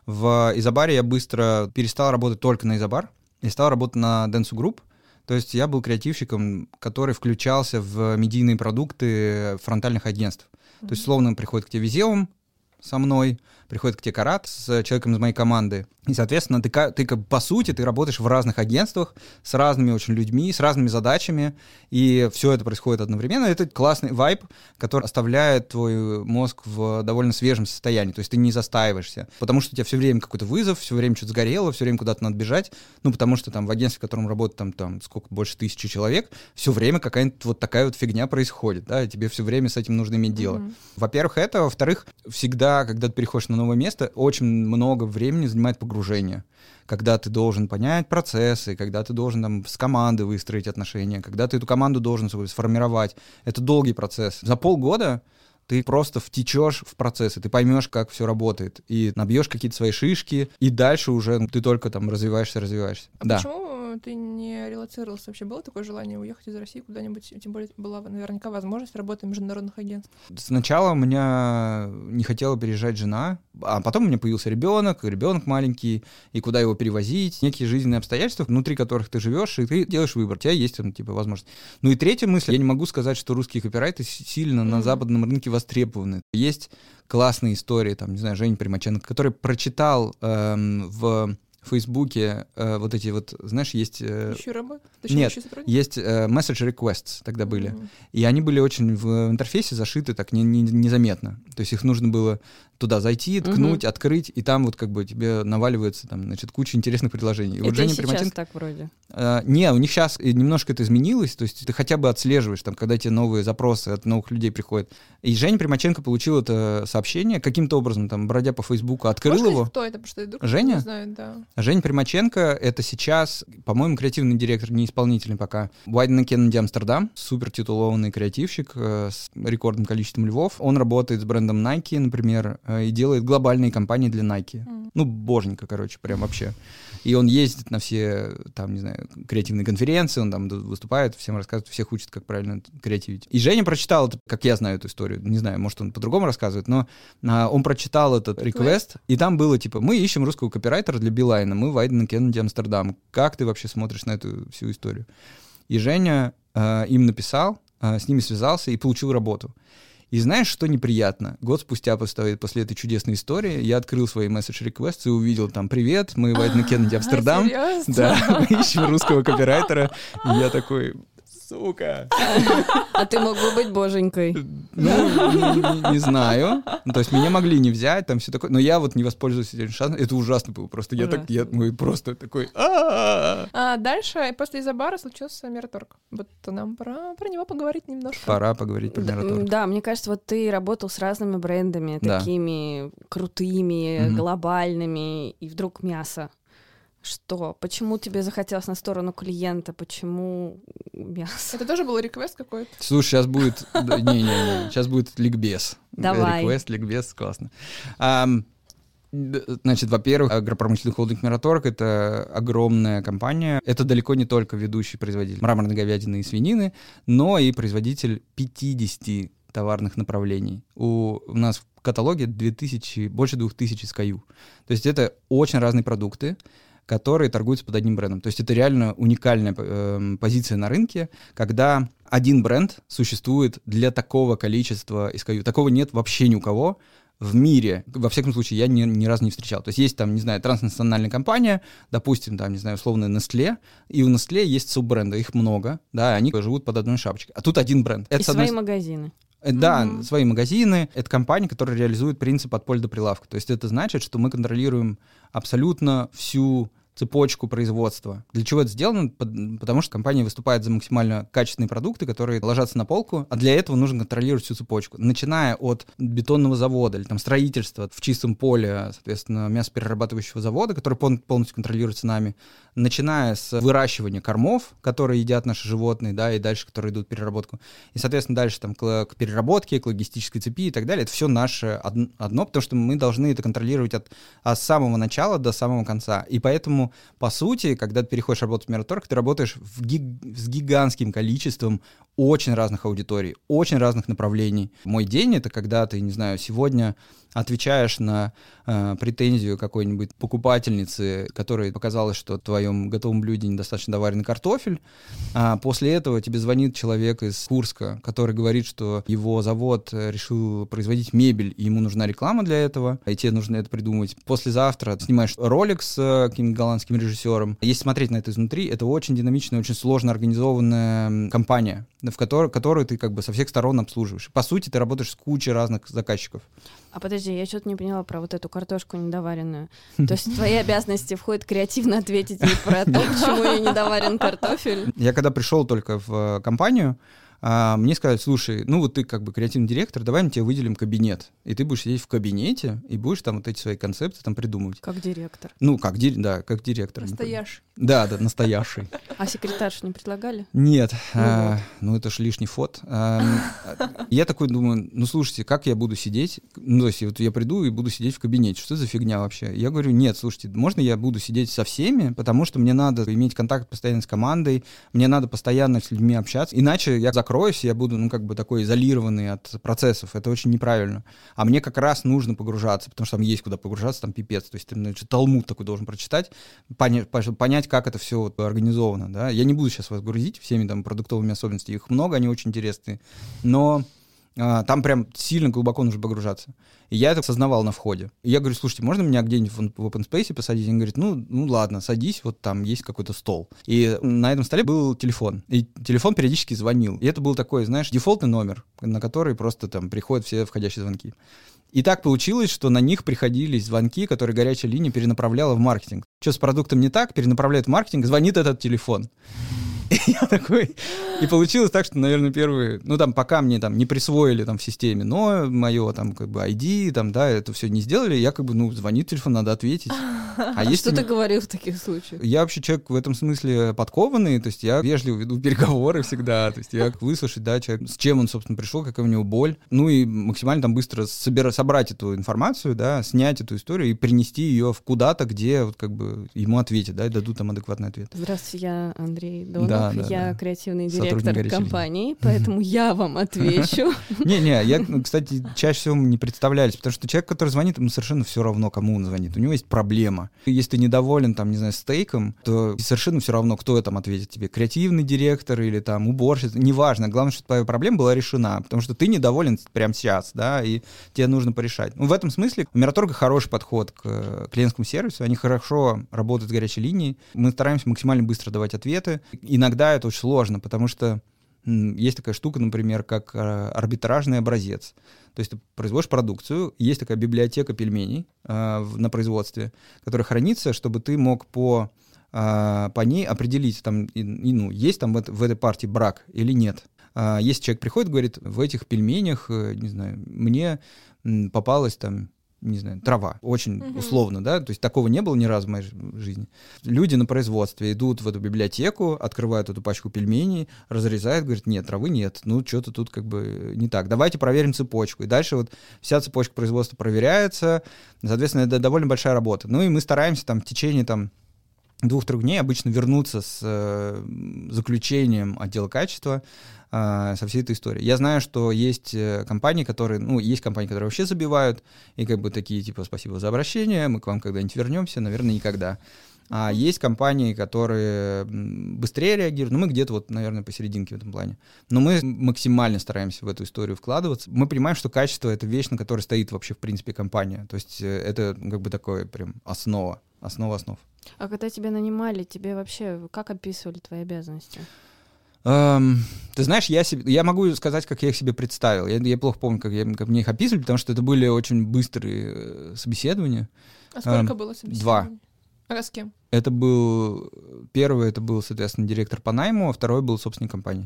Speaker 1: В Изобаре я быстро перестал работать только на Изобар и стал работать на Dentsu Group. То есть я был креативщиком, который включался в медийные продукты фронтальных агентств. То есть, словно, приходит к тебе Визеум со мной, приходит к тебе Карат с человеком из моей команды. И, соответственно, ты по сути, ты работаешь в разных агентствах с разными очень людьми, с разными задачами, и все это происходит одновременно. Это классный вайб, который оставляет твой мозг в довольно свежем состоянии. То есть ты не застаиваешься, потому что у тебя все время какой-то вызов, все время что-то сгорело, все время куда-то надо бежать. Ну, потому что там в агентстве, в котором работает там сколько, больше 1000 человек, все время какая-нибудь вот такая вот фигня происходит, да, и тебе все время с этим нужно иметь дело. Во-первых, это. Во-вторых, всегда, когда ты переходишь на новое место, очень много времени занимает погружение. Когда ты должен понять процессы, когда ты должен там с командой выстроить отношения, когда ты эту команду должен сформировать. Это долгий процесс. За полгода ты просто втечешь в процессы, ты поймешь, как все работает, и набьешь какие-то свои шишки, и дальше уже ты только там развиваешься. Да.
Speaker 2: Почему ты не релоцировался? Вообще было такое желание уехать из России куда-нибудь? Тем более была наверняка возможность работать в международных агентствах.
Speaker 1: Сначала у меня не хотела переезжать жена, а потом у меня появился ребенок маленький, и куда его перевозить, некие жизненные обстоятельства, внутри которых ты живешь, и ты делаешь выбор, у тебя есть там, типа, возможность. Ну и третья мысль, я не могу сказать, что русские копирайты сильно на западном рынке востребованы. Есть классные истории, там, не знаю, Женя Примаченко, который прочитал в Фейсбуке вот эти вот, знаешь, есть...
Speaker 2: Ищу работу?
Speaker 1: Нет, есть message requests тогда были. И они были очень в интерфейсе зашиты так незаметно. То есть их нужно было туда зайти, ткнуть, открыть, и там вот как бы тебе наваливается там, значит, куча интересных предложений. И вот
Speaker 3: Женя сейчас так вроде?
Speaker 1: Не, у них сейчас немножко это изменилось, то есть ты хотя бы отслеживаешь, там, когда тебе новые запросы от новых людей приходят. И Женя Примаченко получил это сообщение, каким-то образом, там, бродя по Фейсбуку, открыл его.
Speaker 2: Кто это? Потому что я вдруг
Speaker 1: Женя?
Speaker 2: Не знаю, да.
Speaker 1: Женя Примаченко — это сейчас, по-моему, креативный директор, не исполнительный пока, Wieden & Kennedy Амстердам, супер титулованный креативщик с рекордным количеством львов. Он работает с брендом Nike, например, и делает глобальные кампании для Nike. Ну, боженька, короче, прям вообще. И он ездит на все, там, не знаю, креативные конференции, он там выступает, всем рассказывает, всех учит, как правильно креативить. И Женя прочитал это, как я знаю эту историю, не знаю, может, он по-другому рассказывает, но он прочитал этот реквест, и там было, типа, мы ищем русского копирайтера для Билайна, мы Wieden & Kennedy Амстердам. Как ты вообще смотришь на эту всю историю? И Женя им написал, с ними связался и получил работу. И знаешь, что неприятно? Год спустя после этой чудесной истории я открыл свои месседж-реквесты и увидел там: «Привет, мы Wieden & Kennedy Амстердам». Да, мы ищем русского копирайтера. И я такой: сука.
Speaker 3: А ты мог бы быть боженькой?
Speaker 1: Ну, не знаю. То есть меня могли не взять, там все такое. Но я вот не воспользовался этим шансом. Это ужасно было просто. Я просто такой...
Speaker 2: А дальше, после Изобара, случился Мираторг. Вот нам пора про него поговорить немножко.
Speaker 1: Пора поговорить про Мираторг.
Speaker 3: Да, мне кажется, вот ты работал с разными брендами, такими крутыми, глобальными, и вдруг мясо. Что? Почему тебе захотелось на сторону клиента? Почему мясо?
Speaker 2: Это тоже был реквест какой-то?
Speaker 1: Слушай, сейчас будет... Не-не-не, сейчас будет ликбез.
Speaker 3: Давай.
Speaker 1: Реквест, ликбез, классно. Значит, во-первых, агропромышленный холдинг Мираторг — это огромная компания. Это далеко не только ведущий производитель мраморной говядины и свинины, но и производитель 50 товарных направлений. У нас в каталоге больше 2000 SKU. То есть это очень разные продукты, которые торгуются под одним брендом. То есть это реально уникальная позиция на рынке, когда один бренд существует для такого количества SKU. Такого нет вообще ни у кого в мире. Во всяком случае, я ни разу не встречал. То есть есть там, не знаю, транснациональная компания, допустим, там, не знаю, условно Nestlé, и у Nestlé есть суббренды, их много, да, они живут под одной шапочкой. А тут один бренд.
Speaker 3: Это, и свои магазины.
Speaker 1: Да, свои магазины. Это компания, которая реализует принцип от поля до прилавка. То есть это значит, что мы контролируем абсолютно всю цепочку производства. Для чего это сделано? Потому что компания выступает за максимально качественные продукты, которые ложатся на полку, а для этого нужно контролировать всю цепочку. Начиная от бетонного завода или там строительства в чистом поле, соответственно, мясоперерабатывающего завода, который полностью контролируется нами, начиная с выращивания кормов, которые едят наши животные, да, и дальше, которые идут в переработку, и, соответственно, дальше там к переработке, к логистической цепи и так далее. Это все наше одно, потому что мы должны это контролировать от самого начала до самого конца. И поэтому, по сути, когда ты переходишь работать в Мираторг, ты работаешь с гигантским количеством очень разных аудиторий, очень разных направлений. Мой день — это когда ты, не знаю, сегодня отвечаешь на претензию какой-нибудь покупательницы, которой показалось, что в твоем готовом блюде недостаточно доваренный картофель. А после этого тебе звонит человек из Курска, который говорит, что его завод решил производить мебель, и ему нужна реклама для этого, и тебе нужно это придумать. Послезавтра ты снимаешь ролик с каким-то голландским режиссером. Если смотреть на это изнутри, это очень динамичная, очень сложно организованная компания, в которую ты как бы со всех сторон обслуживаешь. По сути, ты работаешь с кучей разных заказчиков.
Speaker 3: А подожди, я что-то не поняла про вот эту картошку недоваренную. То есть в твои обязанности входит креативно ответить ей про то, почему я недоварен картофель?
Speaker 1: Я когда пришел только в компанию, мне сказали: слушай, ну вот ты как бы креативный директор, давай мы тебе выделим кабинет. И ты будешь сидеть в кабинете и будешь там вот эти свои концепции там придумывать.
Speaker 3: Как директор?
Speaker 1: Ну, как директор.
Speaker 2: Настоящий.
Speaker 1: Да, настоящий.
Speaker 3: А секретаршу не предлагали?
Speaker 1: Нет, ну это ж лишний фот. Я такой думаю, ну слушайте, как я буду сидеть? Ну, то есть вот я приду и буду сидеть в кабинете. Что за фигня вообще? Я говорю: нет, слушайте, можно я буду сидеть со всеми, потому что мне надо иметь контакт постоянно с командой, мне надо постоянно с людьми общаться, иначе я закроюсь, я буду, ну, как бы такой изолированный от процессов. Это очень неправильно. А мне как раз нужно погружаться, потому что там есть куда погружаться, там пипец. То есть ты, значит, Талмуд такой должен прочитать, понять, как это все вот организовано. Да? Я не буду сейчас вас грузить всеми там продуктовыми особенностями, их много, они очень интересные, но там прям сильно глубоко нужно погружаться. И я это осознавал на входе. И я говорю: слушайте, можно меня где-нибудь в open space посадить? Он говорит: ну ладно, садись, вот там есть какой-то стол. И на этом столе был телефон. И телефон периодически звонил. И это был такой, знаешь, дефолтный номер, на который просто там приходят все входящие звонки. И так получилось, что на них приходились звонки, которые горячая линия перенаправляла в маркетинг. Что с продуктом не так, перенаправляет в маркетинг, звонит этот телефон. И я такой... И получилось так, что, наверное, первые... Ну, там, пока мне там не присвоили там в системе, но мое там как бы ID, там, да, это все не сделали, я как бы, ну, звонит телефон, надо ответить.
Speaker 3: А что ты говорил в таких случаях?
Speaker 1: Я вообще человек в этом смысле подкованный, то есть я вежливо веду переговоры всегда, то есть я выслушать, да, человек, с чем он, собственно, пришел, какая у него боль, ну и максимально там быстро собрать эту информацию, да, снять эту историю и принести ее куда-то, где вот как бы ему ответят, да, и дадут там адекватный ответ.
Speaker 3: Здравствуйте, я Андрей Донов, я креативный директор компании, поэтому я вам отвечу.
Speaker 1: Не-не, я, кстати, чаще всего не представляюсь, потому что человек, который звонит, ему совершенно все равно, кому он звонит, у него есть проблема. Если ты недоволен, там, не знаю, стейком, то совершенно все равно, кто там ответит тебе, креативный директор или там уборщица, неважно, главное, что твоя проблема была решена, потому что ты недоволен прямо сейчас, да, и тебе нужно порешать. Ну, в этом смысле у Мираторга хороший подход к клиентскому сервису, они хорошо работают с горячей линией, мы стараемся максимально быстро давать ответы, иногда это очень сложно, потому что есть такая штука, например, как арбитражный образец. То есть ты производишь продукцию, есть такая библиотека пельменей на производстве, которая хранится, чтобы ты мог по ней определить, там, есть там в этой партии брак или нет. Если человек приходит и говорит: в этих пельменях, не знаю, мне попалась там, не знаю, трава, очень условно, да, то есть такого не было ни разу в моей жизни. Люди на производстве идут в эту библиотеку, открывают эту пачку пельменей, разрезают, говорят: нет, травы нет, ну что-то тут как бы не так, давайте проверим цепочку. И дальше вот вся цепочка производства проверяется, соответственно, это довольно большая работа. Ну и мы стараемся там в течение там 2-3 дней обычно вернуться с заключением отдела качества, со всей этой историей. Я знаю, что есть компании, которые вообще забивают, и как бы такие, типа: спасибо за обращение, мы к вам когда-нибудь вернемся, наверное, никогда. А есть компании, которые быстрее реагируют, мы где-то вот, наверное, посерединке в этом плане. Но мы максимально стараемся в эту историю вкладываться. Мы понимаем, что качество — это вещь, на которой стоит вообще, в принципе, компания. То есть это как бы такое прям основа основ.
Speaker 3: А когда тебя нанимали, тебе вообще как описывали твои обязанности?
Speaker 1: Ты знаешь, я могу сказать, как я их себе представил. Я плохо помню, как мне их описывали, потому что это были очень быстрые собеседования.
Speaker 2: А сколько было собеседований?
Speaker 1: 2.
Speaker 2: А с кем?
Speaker 1: Первый это был, соответственно, директор по найму, а второй был собственник компании.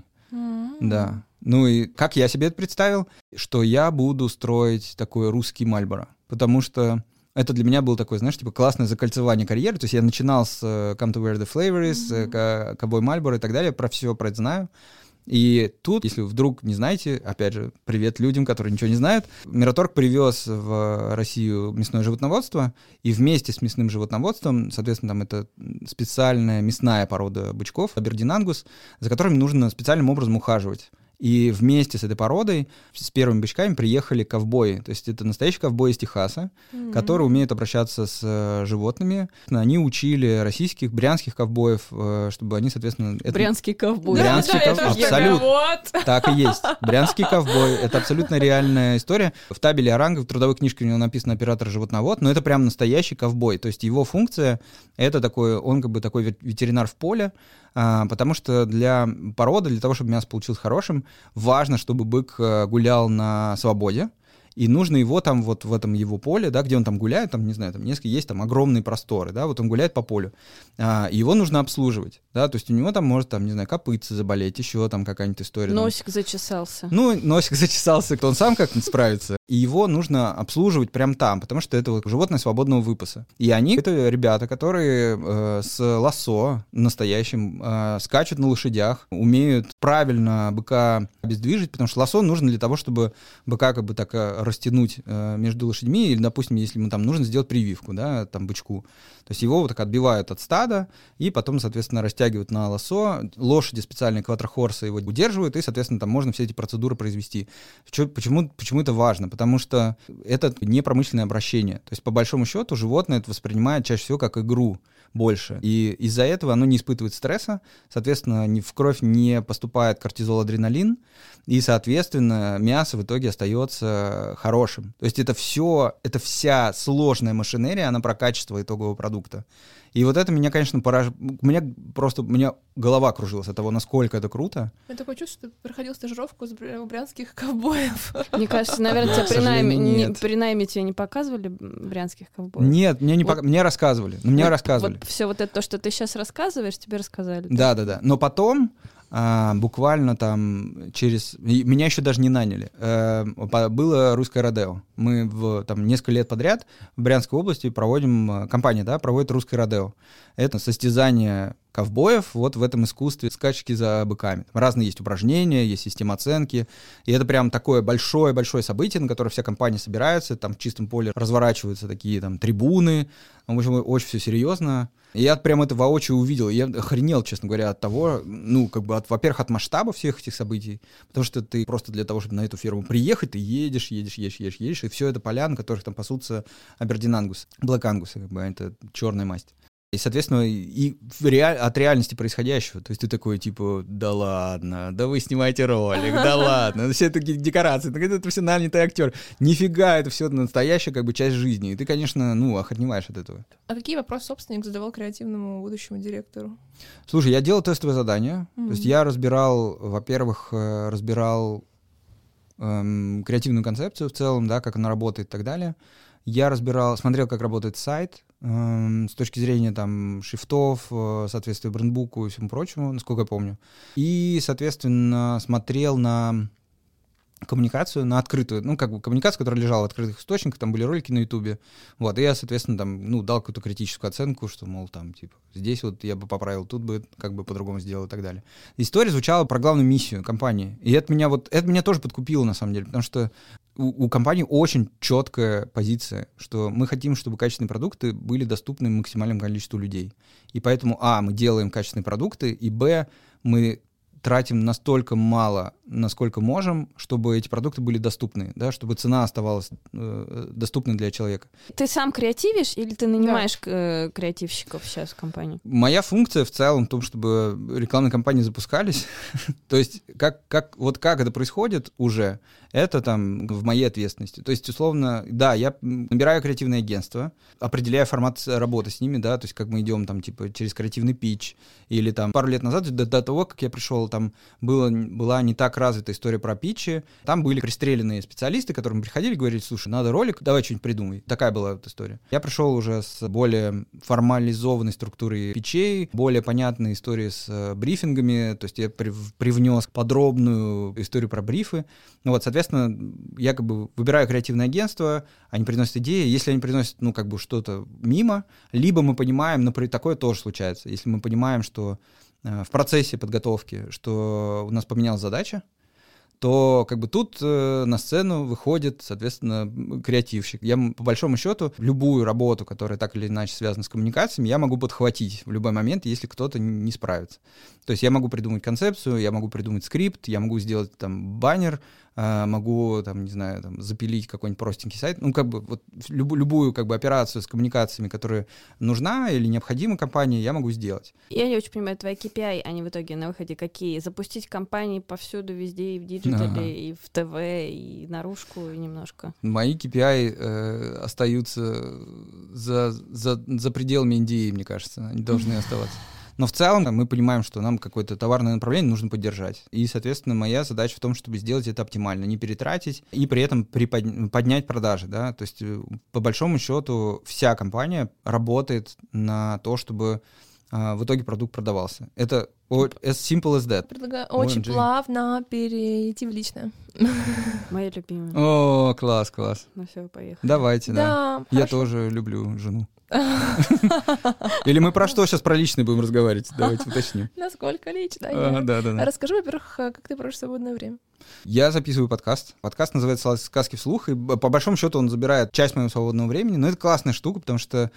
Speaker 1: Да. Ну и как я себе это представил, что я буду строить такой русский Мальборо, потому что это для меня было такое, знаешь, типа классное закольцевание карьеры. То есть я начинал с Come to Where the Flavor is, Ковбой Мальборо и так далее, про все про это знаю. И тут, если вы вдруг не знаете, опять же, привет людям, которые ничего не знают, Мираторг привез в Россию мясное животноводство, и вместе с мясным животноводством, соответственно, там это специальная мясная порода бычков, Абердин Ангус, за которыми нужно специальным образом ухаживать. И вместе с этой породой, с первыми бычками, приехали ковбои. То есть это настоящие ковбои из Техаса, которые умеют обращаться с животными. Они учили российских, брянских ковбоев, чтобы они, соответственно...
Speaker 3: Брянский ковбой.
Speaker 1: Брянский ковбой, абсолютно. Так и есть. Брянский ковбой. Это абсолютно реальная история. В табеле Оранга, в трудовой книжке у него написано оператор-животновод, но это прям настоящий ковбой. То есть его функция — это такой, он как бы такой ветеринар в поле, потому что для породы, для того, чтобы мясо получилось хорошим, важно, чтобы бык гулял на свободе, и нужно его там вот в этом его поле, да, где он там гуляет, там, не знаю, там несколько, есть там огромные просторы, да, вот он гуляет по полю, и его нужно обслуживать, да, то есть у него там может, там, не знаю, копытце заболеть, еще там какая-нибудь история.
Speaker 3: Носик зачесался.
Speaker 1: Ну, носик зачесался, то он сам как-нибудь справится, и его нужно обслуживать прямо там, потому что это вот животное свободного выпаса. И они, это ребята, которые с лассо настоящим скачут на лошадях, умеют правильно быка обездвижить, потому что лассо нужно для того, чтобы быка как бы так растянуть между лошадьми, или, допустим, если ему там нужно сделать прививку, да, там, бычку. То есть его вот так отбивают от стада, и потом, соответственно, растягивают на лассо. Лошади специальные квадрохорсы его удерживают, и, соответственно, там можно все эти процедуры произвести. Почему это важно? Потому что это не промышленное обращение. То есть, по большому счету, животное это воспринимает чаще всего как игру больше. И из-за этого оно не испытывает стресса, соответственно, в кровь не поступает кортизол, адреналин, и, соответственно, мясо в итоге остается хорошим. То есть это вся сложная машинерия, она про качество итогового продукта. И вот это меня, конечно, у меня голова кружилась от того, насколько это круто.
Speaker 2: Я такое чувство, что проходил стажировку у брянских ковбоев.
Speaker 3: Мне кажется, наверное, тебя при найме тебе не показывали брянских ковбоев?
Speaker 1: Нет, мне рассказывали.
Speaker 3: Вот все вот это, то, что ты сейчас рассказываешь, тебе рассказали.
Speaker 1: Да. Но потом буквально там меня еще даже не наняли. Было русское родео. Мы там несколько лет подряд в Брянской области компания, да, проводит русское родео. Это состязание ковбоев вот в этом искусстве скачки за быками. Там разные есть упражнения, есть система оценки. И это прям такое большое-большое событие, на которое вся компания собирается. Там в чистом поле разворачиваются такие там трибуны. В общем, очень все серьезно. И я прям это воочию увидел. Я охренел, честно говоря, от того, во-первых, от масштаба всех этих событий, потому что ты просто для того, чтобы на эту ферму приехать, ты едешь, и все это поля, на которых там пасутся Абердин Ангус, Блэк Ангусы, как бы, это черная масть. И, соответственно, от реальности происходящего. То есть ты такой, типа, да ладно, да вы снимаете ролик, да ладно, все это декорации, это все нанятый актер. Нифига, это все настоящая как бы часть жизни. И ты, конечно, охреневаешь от этого.
Speaker 2: А какие вопросы собственник задавал креативному будущему директору?
Speaker 1: Слушай, я делал тестовое задание. То есть я разбирал креативную концепцию в целом, да, как она работает и так далее. Я смотрел, как работает сайт с точки зрения там шрифтов, соответствия брендбуку и всему прочему, насколько я помню. И, соответственно, смотрел на коммуникацию, на открытую, коммуникацию, которая лежала в открытых источниках, там были ролики на Ютубе. Вот, и я, соответственно, там, дал какую-то критическую оценку, что, мол, там, типа, здесь вот я бы поправил, тут бы как бы по-другому сделал и так далее. История звучала про главную миссию компании. И это меня тоже подкупило, на самом деле, потому что у компании очень четкая позиция, что мы хотим, чтобы качественные продукты были доступны максимальному количеству людей. И поэтому, мы делаем качественные продукты, и, мы тратим настолько мало, насколько можем, чтобы эти продукты были доступны, да, чтобы цена оставалась доступной для человека.
Speaker 3: Ты сам креативишь или ты нанимаешь креативщиков сейчас в компании?
Speaker 1: Моя функция в целом в том, чтобы рекламные кампании запускались. То есть как это происходит уже, это там в моей ответственности. То есть, условно, да, я набираю креативное агентство, определяю формат работы с ними, да, то есть как мы идем там типа через креативный питч, или там пару лет назад, до того, как я пришел, там была не так развита история про питчи. Там были пристреленные специалисты, к которым приходили и говорили: слушай, надо ролик, давай что-нибудь придумай. Такая была вот история. Я пришел уже с более формализованной структурой питчей, более понятной историей с брифингами, то есть я привнес подробную историю про брифы. Ну вот, соответственно, я как бы выбираю креативное агентство, они приносят идеи. Если они приносят, ну, как бы что-то мимо, либо мы понимаем, например, такое тоже случается, если мы понимаем, что в процессе подготовки, что у нас поменялась задача, то как бы тут на сцену выходит, соответственно, креативщик. Я, по большому счету, любую работу, которая так или иначе связана с коммуникациями, я могу подхватить в любой момент, если кто-то не справится. То есть я могу придумать концепцию, я могу придумать скрипт, я могу сделать там баннер, могу, там, не знаю, там, запилить какой-нибудь простенький сайт. Ну, как бы вот любую как бы операцию с коммуникациями, которая нужна или необходима компании, я могу сделать.
Speaker 3: Я не очень понимаю, твои KPI, они в итоге на выходе какие? Запустить компании повсюду, везде, и в диджитале, и в ТВ, и наружку, и немножко?
Speaker 1: Мои KPI остаются за пределами Индии, мне кажется. Они должны оставаться. Но в целом мы понимаем, что нам какое-то товарное направление нужно поддержать. И, соответственно, моя задача в том, чтобы сделать это оптимально, не перетратить и при этом поднять продажи. Да? То есть, по большому счету, вся компания работает на то, чтобы в итоге продукт продавался. Это as simple as that.
Speaker 2: Предлагаю очень плавно перейти в личное.
Speaker 3: Моя любимая.
Speaker 1: О, класс.
Speaker 3: Ну все, поехали.
Speaker 1: Давайте, да. Я тоже люблю жену. Или мы про что сейчас про личное будем разговаривать? Давайте уточним.
Speaker 2: Насколько лично?
Speaker 1: Да.
Speaker 2: Расскажи, во-первых, как ты проводишь свободное время.
Speaker 1: Я записываю подкаст. Подкаст называется «Сказки вслух», и по большому счету он забирает часть моего свободного времени, но это классная штука, потому что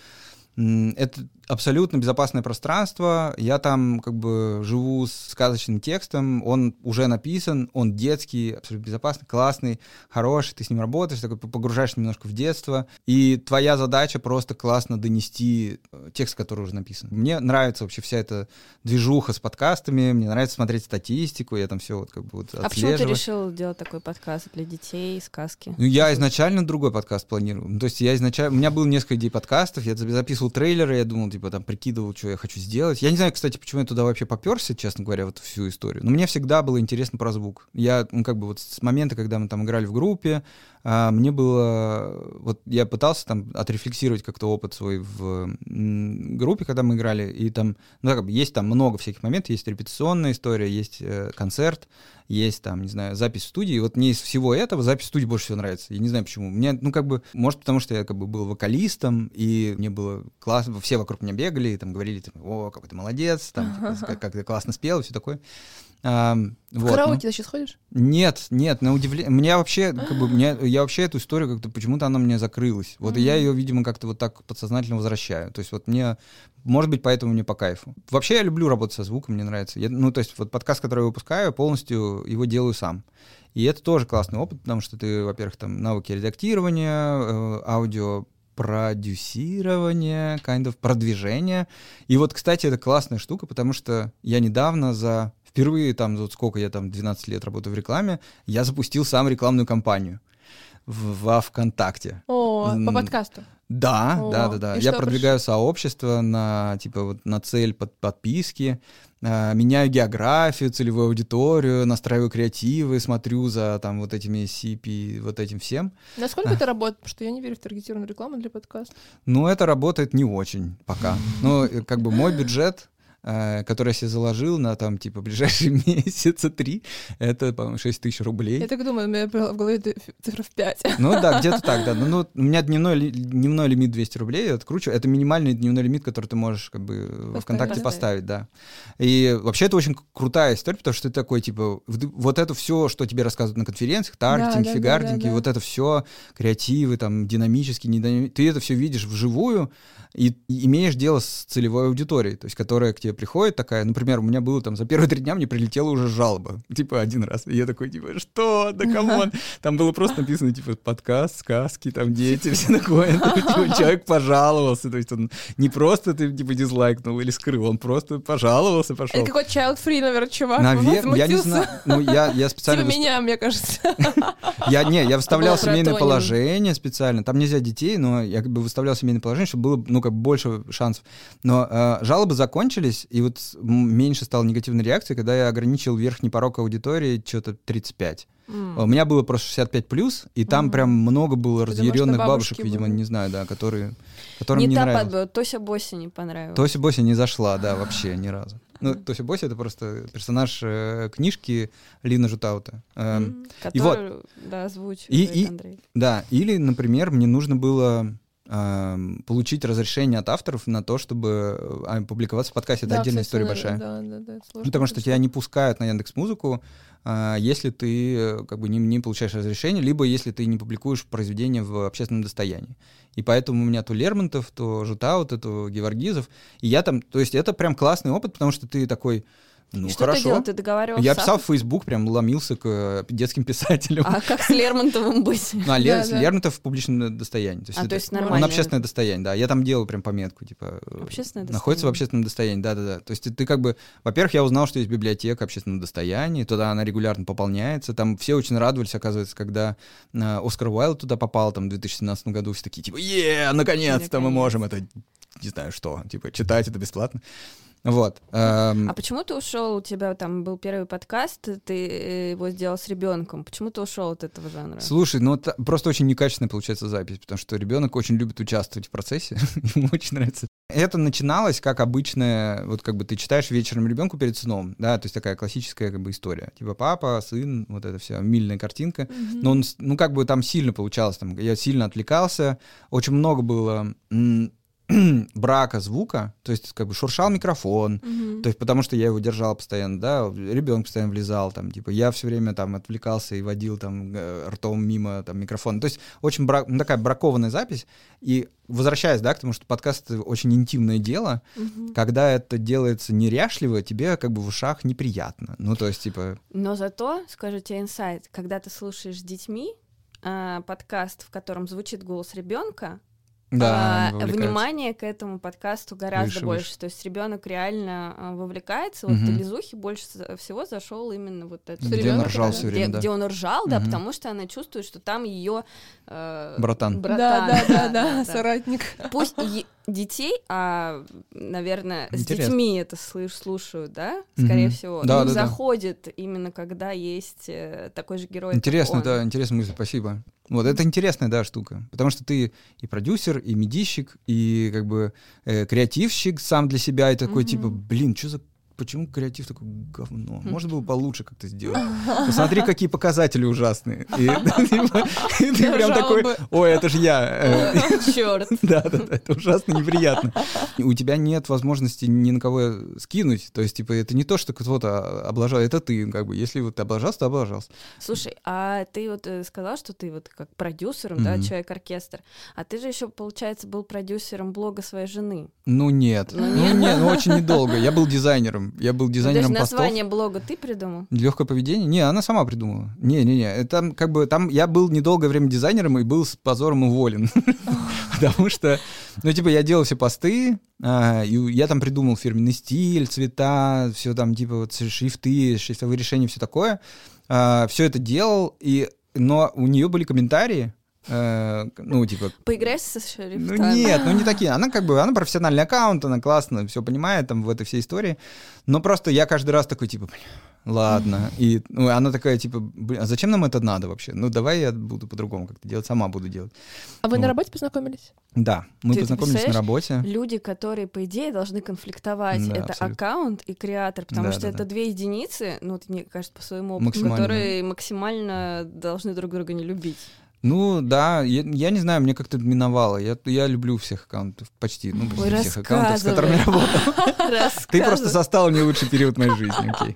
Speaker 1: это абсолютно безопасное пространство. Я там как бы живу с сказочным текстом. Он уже написан, он детский, абсолютно безопасный, классный, хороший. Ты с ним работаешь, такой погружаешься немножко в детство. И твоя задача просто классно донести текст, который уже написан. Мне нравится вообще вся эта движуха с подкастами. Мне нравится смотреть статистику. Я там все вот как бы вот отслеживаю.
Speaker 3: А почему ты решил делать такой подкаст для детей, сказки?
Speaker 1: Ну, я изначально другой подкаст планировал. Ну, то есть у меня было несколько идей подкастов. Я записывал трейлеры, я думал, типа, там, прикидывал, что я хочу сделать. Я не знаю, кстати, почему я туда вообще попёрся, честно говоря, вот всю историю. Но мне всегда было интересно про звук. Я, ну, как бы вот с момента, когда мы там играли в группе, мне было... Вот я пытался там отрефлексировать как-то опыт свой в группе, когда мы играли, и там, ну, как бы есть там много всяких моментов. Есть репетиционная история, есть концерт, есть там, не знаю, запись в студии. И вот мне из всего этого запись в студии больше всего нравится. Я не знаю почему. Мне, ну, как бы, может, потому что я как бы был вокалистом, и мне было классно, все вокруг меня бегали, и там говорили, типа, о, какой ты молодец, там, типа, как ты классно спел, и все такое.
Speaker 2: В караоке ты сейчас ходишь?
Speaker 1: Нет, на удивление. Меня вообще, как бы, я вообще эту историю как-то, почему-то она мне закрылась. Вот и я ее, видимо, как-то вот так подсознательно возвращаю. То есть вот мне, может быть, поэтому мне по кайфу. Вообще я люблю работать со звуком, мне нравится. Ну, то есть вот подкаст, который я выпускаю, полностью его делаю сам. И это тоже классный опыт, потому что ты, во-первых, там навыки редактирования, аудио, продюсирование, продвижение. И вот, кстати, это классная штука, потому что я недавно впервые там, вот сколько я там, 12 лет работаю в рекламе, я запустил сам рекламную кампанию во ВКонтакте.
Speaker 2: О, по подкасту?
Speaker 1: Да.
Speaker 2: И
Speaker 1: я продвигаю сообщество на, типа, вот, на цель подписки, меняю географию, целевую аудиторию, настраиваю креативы, смотрю за там вот этими CP, вот этим всем.
Speaker 2: Насколько это работает? Потому что я не верю в таргетированную рекламу для подкаста.
Speaker 1: Ну, это работает не очень пока. Ну, как бы мой бюджет, который я себе заложил на там, типа, ближайшие месяца 3, это, по-моему, 6 тысяч рублей.
Speaker 2: Я так думаю, у меня в голове цифра в 5.
Speaker 1: Ну да, где-то так, да. Ну, у меня дневной лимит 200 рублей, я откручиваю. Это минимальный дневной лимит, который ты можешь как бы во ВКонтакте поставить, да. И вообще это очень крутая история, потому что ты такой, типа, вот это все, что тебе рассказывают на конференциях, таргетинг, фигардинг, и вот это все, креативы, там, динамические, нединамические, ты это все видишь вживую и имеешь дело с целевой аудиторией, то есть которая к тебе приходит такая, например, у меня было там за первые 3 дня мне прилетела уже жалоба, типа 1 раз, и я такой, типа, что, да камон, там было просто написано, типа, подкаст, сказки, там дети, все такое, типа, человек пожаловался, то есть он не просто ты, типа, дизлайкнул или скрыл, он просто пожаловался, пошел.
Speaker 2: Это какой child-free, наверное, чувак.
Speaker 1: Наверное, я не знаю, ну, я специально...
Speaker 2: Типа меня, мне кажется.
Speaker 1: Я выставлял семейное положение специально, там нельзя детей, но я как бы выставлял семейное положение, чтобы было, ну, как бы больше шансов. Но жалобы закончились, увеличилось, и вот меньше стало негативной реакции, когда я ограничил верхний порог аудитории что-то 35. У меня было просто 65+, и там прям много было разъяренных бабушек, видимо, не знаю, да, которым не нравилось.
Speaker 3: Тося Бося не понравилась.
Speaker 1: Тося Бося не зашла, да, вообще ни разу. Ну, Тося Бося — это просто персонаж книжки Лина Жутаута.
Speaker 3: Которую, да, озвучивает Андрей.
Speaker 1: Да, или, например, мне нужно было получить разрешение от авторов на то, чтобы публиковаться в подкасте. Это отдельная история большая.
Speaker 2: Да,
Speaker 1: потому что тебя не пускают на Яндекс.Музыку, если ты как бы не получаешь разрешение, либо если ты не публикуешь произведение в общественном достоянии. И поэтому у меня то Лермонтов, то Жутаут, то Геворгизов. И я там, то есть это прям классный опыт, потому что ты такой... Ну,
Speaker 3: что
Speaker 1: хорошо.
Speaker 3: ты делал? Ты договаривался?
Speaker 1: Я писал в Facebook, прям ломился к детским писателям.
Speaker 3: А как с Лермонтовым быть?
Speaker 1: Лермонтов в публичном достоянии.
Speaker 3: То есть нормально.
Speaker 1: Он общественное достояние, да. Я там делал прям пометку, типа...
Speaker 3: Общественное достояние.
Speaker 1: Находится в общественном достоянии, да-да-да. То есть ты как бы... Во-первых, я узнал, что есть библиотека общественного достояния, туда она регулярно пополняется. Там все очень радовались, оказывается, когда Оскар Уайлд туда попал, там, в 2017 году. Все такие, типа, наконец-то мы можем это... Не знаю что, типа, читать это бесплатно. Вот.
Speaker 3: А почему ты ушел? У тебя там был первый подкаст, ты его сделал с ребенком. Почему ты ушел от этого жанра?
Speaker 1: Слушай, ну это просто очень некачественная получается запись, потому что ребенок очень любит участвовать в процессе, ему очень нравится. Это начиналось как обычное, вот как бы ты читаешь вечером ребенку перед сном, да, то есть такая классическая как бы история. Типа папа, сын, вот это все, мильная картинка. Но он, ну как бы там сильно получалось, там я сильно отвлекался, очень много было... брака звука, то есть как бы шуршал микрофон, то есть потому что я его держал постоянно, да, ребенок постоянно влезал, там, типа, я все время там отвлекался и водил там ртом мимо там микрофона, то есть очень такая бракованная запись, и возвращаясь, да, к тому, что подкаст — это очень интимное дело, когда это делается неряшливо, тебе как бы в ушах неприятно, ну, то есть, типа...
Speaker 3: Но зато, скажу тебе инсайт, когда ты слушаешь с детьми подкаст, в котором звучит голос ребенка,
Speaker 1: Да,
Speaker 3: внимание к этому подкасту гораздо больше. То есть ребенок реально вовлекается. Вот в Лизухе больше всего зашел именно вот этот
Speaker 1: где он ржал все время,
Speaker 3: где он ржал, да, потому что она чувствует, что там ее
Speaker 1: братан.
Speaker 2: Да, соратник.
Speaker 3: Пусть детей, наверное, с детьми это слушают, да, скорее всего. Им заходит именно когда есть такой же герой.
Speaker 1: Интересно, да, интересная мысль, спасибо. Вот, это интересная, да, штука, потому что ты и продюсер, и медийщик, и как бы креативщик сам для себя, и такой, типа, блин, почему креатив такое говно? Можно было получше как-то сделать. Посмотри, какие показатели ужасные. И ты прям такой, ой, это же я.
Speaker 3: Черт.
Speaker 1: Да, это ужасно неприятно. У тебя нет возможности ни на кого скинуть. То есть, типа, это не то, что кто-то облажал, это ты, как бы. Если вот ты облажался, то облажался.
Speaker 3: Слушай, а ты вот сказал, что ты вот как продюсером, да, человек-оркестр, а ты же еще, получается, был продюсером блога своей жены.
Speaker 1: Ну нет, очень недолго. Я был дизайнером. Я был дизайнером постов.
Speaker 3: Название блога ты придумал?
Speaker 1: Легкое поведение? Не, она сама придумала. Не. Там как бы там я был недолгое время дизайнером и был с позором уволен. Потому что, ну, типа, я делал все посты, и я там придумал фирменный стиль, цвета, все там, типа, вот шрифты, шрифтовые решения, все такое. Все это делал, но у нее были комментарии, ну, типа...
Speaker 3: Поиграй со шрифтами.
Speaker 1: Ну, нет, не такие. Она профессиональный аккаунт, она классно все понимает там в этой всей истории. Но просто я каждый раз такой, типа, ладно. И она такая, типа, а зачем нам это надо вообще? Ну, давай я буду по-другому как-то делать, сама буду делать.
Speaker 2: А вы на работе познакомились?
Speaker 1: Да, мы познакомились на работе.
Speaker 3: Люди, которые, по идее, должны конфликтовать. Да, это абсолютно. Аккаунт и креатор, потому что это две единицы, ну, вот, мне кажется, по своему опыту, которые максимально должны друг друга не любить.
Speaker 1: Ну да, я не знаю, мне как-то миновало. Я люблю всех аккаунтов, почти всех аккаунтов, с которыми работал. Ты просто застала мне лучший период моей жизни, окей.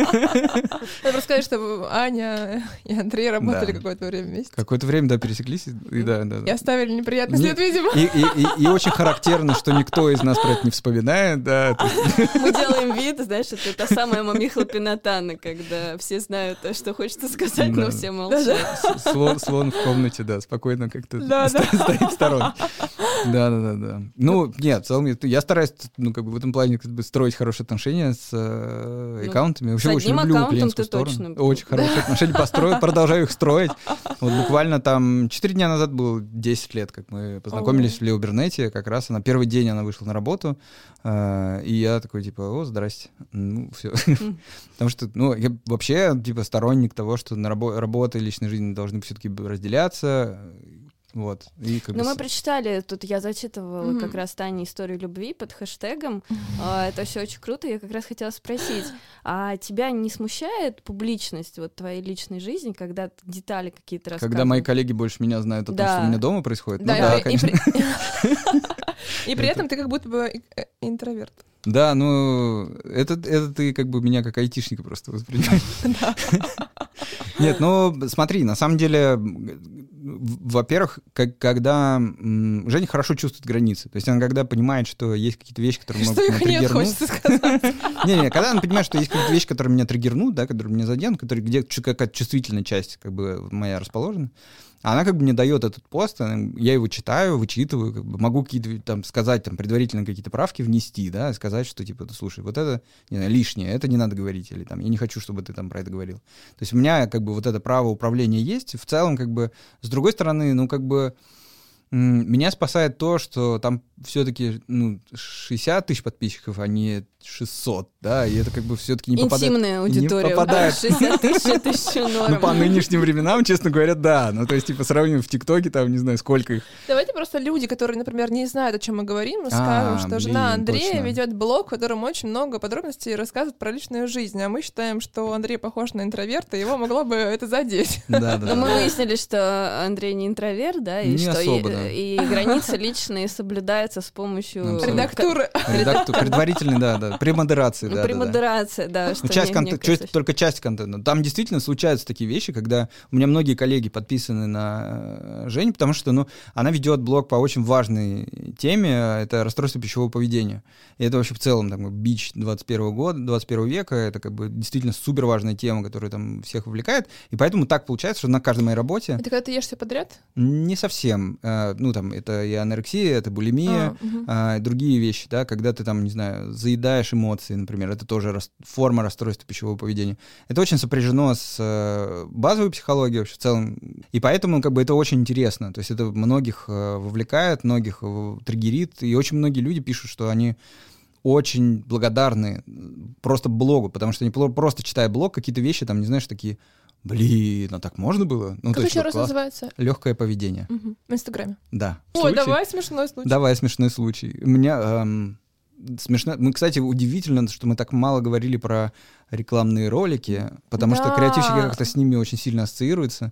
Speaker 2: Я просто сказать, что Аня и Андрей работали какое-то время вместе.
Speaker 1: Какое-то время, да, пересеклись.
Speaker 2: И оставили неприятный след, видимо.
Speaker 1: И очень характерно, что никто из нас про это не вспоминает.
Speaker 3: Мы делаем вид, знаешь, это та самая мамихла Пинатана, когда все знают, что хочется сказать, но все молчат.
Speaker 1: Слон в комнате, да, спокойно как-то стоит в сторонке. Да. Ну, нет, в целом я стараюсь, ну, как бы в этом плане строить хорошие отношения с аккаунтами. Вообще очень люблю клиентскую сторону. Очень хорошие отношения построю, продолжаю их строить. Вот буквально там 4 дня назад было 10 лет, как мы познакомились в Леобернете, как раз она первый день она вышла на работу, и я такой, типа, о, здрасте, ну, все. Потому что, ну, я вообще, типа, сторонник того, что работа и личная жизнь должны все-таки разделяться. Вот. И
Speaker 3: ну, мы прочитали, тут я зачитывала как раз Тане историю любви под хэштегом. Это все очень круто. Я как раз хотела спросить, а тебя не смущает публичность вот твоей личной жизни, когда детали какие-то рассказывают?
Speaker 1: Когда мои коллеги больше меня знают о том, что у меня дома происходит?
Speaker 2: Да,
Speaker 1: ну да, конечно.
Speaker 2: И при этом ты как будто бы интроверт.
Speaker 1: Да, ну, это ты как бы меня как айтишника просто воспринимаешь. Нет, ну, смотри, на самом деле, во-первых, когда Женя хорошо чувствует границы, то есть она когда понимает, что есть какие-то вещи, которые могут меня триггернуть.
Speaker 2: Что их нет, хочется сказать.
Speaker 1: Не, когда она понимает, что есть какие-то вещи, которые меня триггернут, да, которые меня заденут, где какая-то чувствительная часть как бы моя расположена, она как бы мне дает этот пост, я его читаю, вычитываю, как бы могу какие-то там сказать, там предварительно какие-то правки внести, да, сказать, что типа, слушай, вот это не знаю, лишнее, это не надо говорить, или там, я не хочу, чтобы ты там про это говорил. То есть у меня как бы вот это право управления есть, в целом как бы, с другой стороны, ну как бы, меня спасает то, что там все-таки 60 тысяч подписчиков, а не 600, да, и это как бы все-таки не попадает.
Speaker 3: Интимная аудитория.
Speaker 1: Не попадает.
Speaker 3: 60 тысяч — это еще норма.
Speaker 1: Ну, по нынешним временам, честно говоря, да. Ну, то есть, типа, сравним в ТикТоке, там, не знаю, сколько их.
Speaker 2: Давайте просто люди, которые, например, не знают, о чем мы говорим, скажем, что жена Андрея ведет блог, в котором очень много подробностей рассказывает про личную жизнь, а мы считаем, что Андрей похож на интроверта, и его могло бы это задеть.
Speaker 1: Да.
Speaker 3: Но мы выяснили, что Андрей не интроверт, да, и что и границы личные соблюдаются с помощью
Speaker 2: редактуры.
Speaker 1: Предварительной, да, премодерации.
Speaker 3: Премодерация, да.
Speaker 1: Только часть контента. Там действительно случаются такие вещи, когда у меня многие коллеги подписаны на Женю, потому что, ну, она ведет блог по очень важной теме, это расстройство пищевого поведения. И это вообще в целом там бич 21 века, это как бы действительно супер важная тема, которая там всех увлекает, и поэтому так получается, что на каждой моей работе...
Speaker 2: Это когда ты ешь все подряд?
Speaker 1: Не совсем. Ну, там, это и анорексия, это булимия, и другие вещи, да, когда ты там, не знаю, заедаешь эмоции, например, это тоже форма расстройства пищевого поведения. Это очень сопряжено с базовой психологией вообще в целом, и поэтому как бы это очень интересно, то есть это многих вовлекает, многих триггерит, и очень многие люди пишут, что они очень благодарны просто блогу, потому что они просто читая блог, какие-то вещи там, не знаешь, такие... Блин, а так можно было? Ну,
Speaker 2: как еще раз называется?
Speaker 1: Легкое поведение.
Speaker 2: В Инстаграме.
Speaker 1: Да.
Speaker 2: Ой, давай смешной случай.
Speaker 1: Давай смешной случай. У меня смешно. Мы, кстати, удивительно, что мы так мало говорили про рекламные ролики, потому что креативщики как-то с ними очень сильно ассоциируются.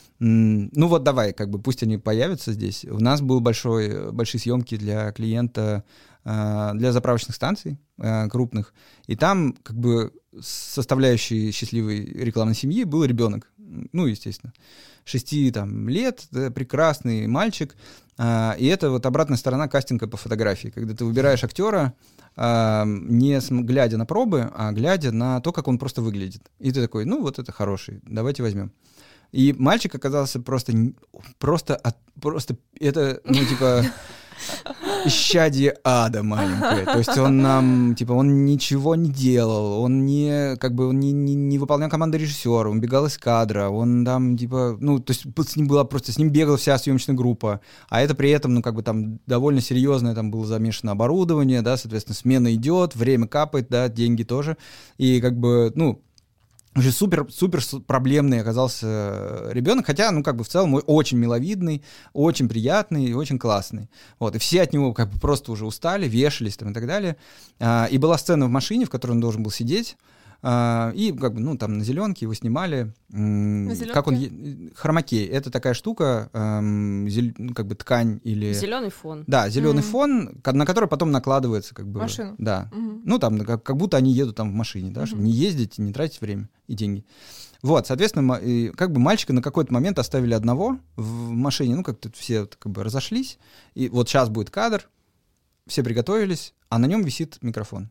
Speaker 1: Ну вот давай, как бы пусть они появятся здесь. У нас был большие съемки для клиента, для заправочных станций крупных, и там как бы составляющей счастливой рекламной семьи был ребенок, ну, естественно, 6 там, лет, да, прекрасный мальчик, и это вот обратная сторона кастинга по фотографии, когда ты выбираешь актера, не глядя на пробы, а глядя на то, как он просто выглядит. И ты такой, ну, вот это хороший, давайте возьмем. И мальчик оказался просто это, ну, типа... исчадие ада маленькое. То есть он нам, типа, он ничего не делал, он не выполнял команды режиссера, он бегал из кадра, он там, типа, ну, то есть с ним бегала вся съемочная группа, а это при этом, ну, как бы там довольно серьезное, там было замешано оборудование, да, соответственно, смена идет, время капает, да, деньги тоже, и как бы, ну, уже супер проблемный оказался ребенок, хотя, ну, как бы в целом очень миловидный, очень приятный и очень классный. Вот, и все от него как бы просто уже устали, вешались там и так далее. И была сцена в машине, в которой он должен был сидеть, и как бы, ну, там на зеленке его снимали. Как он... Хромакей. Это такая штука, как бы ткань или...
Speaker 3: Зеленый фон.
Speaker 1: Да, зеленый фон, на который потом накладывается как бы...
Speaker 2: Машину.
Speaker 1: Да. Ну, там, как будто они едут там в машине, да, чтобы не ездить, не тратить время и деньги. Вот, соответственно, как бы мальчика на какой-то момент оставили одного в машине, ну, как-то все как бы разошлись, и вот сейчас будет кадр, все приготовились, а на нем висит микрофон.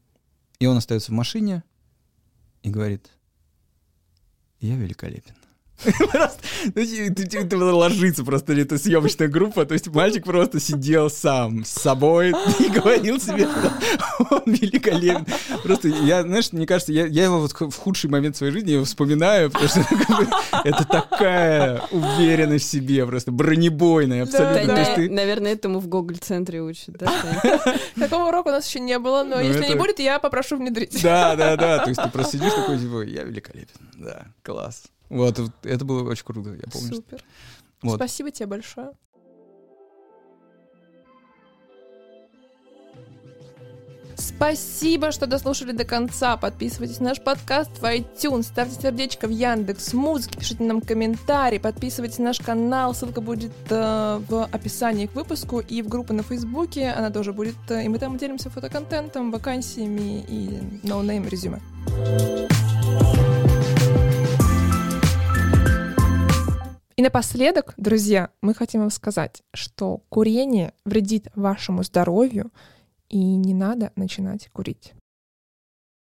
Speaker 1: И он остается в машине и говорит: я великолепен. Ты ложится просто эта съемочная группа, то есть мальчик просто сидел сам с собой и говорил себе, что он великолепен. Просто мне кажется, я его вот в худший момент своей жизни его вспоминаю, потому что это такая уверенность в себе, просто бронебойная абсолютно.
Speaker 3: Наверное, этому в Гоголь-центре учат, да?
Speaker 2: Такого урока у нас еще не было, но если не будет, я попрошу внедрить.
Speaker 1: Да, то есть ты просто сидишь такой, типа, я великолепен, да, класс. Вот, это было очень круто, я помню.
Speaker 2: Супер. Вот. Спасибо тебе большое. Спасибо, что дослушали до конца. Подписывайтесь на наш подкаст в iTunes, ставьте сердечко в Яндекс.Музыке, пишите нам комментарии, подписывайтесь на наш канал, ссылка будет в описании к выпуску и в группу на Фейсбуке, она тоже будет, и мы там делимся фотоконтентом, вакансиями и ноунейм резюме. И напоследок, друзья, мы хотим вам сказать, что курение вредит вашему здоровью, и не надо начинать курить.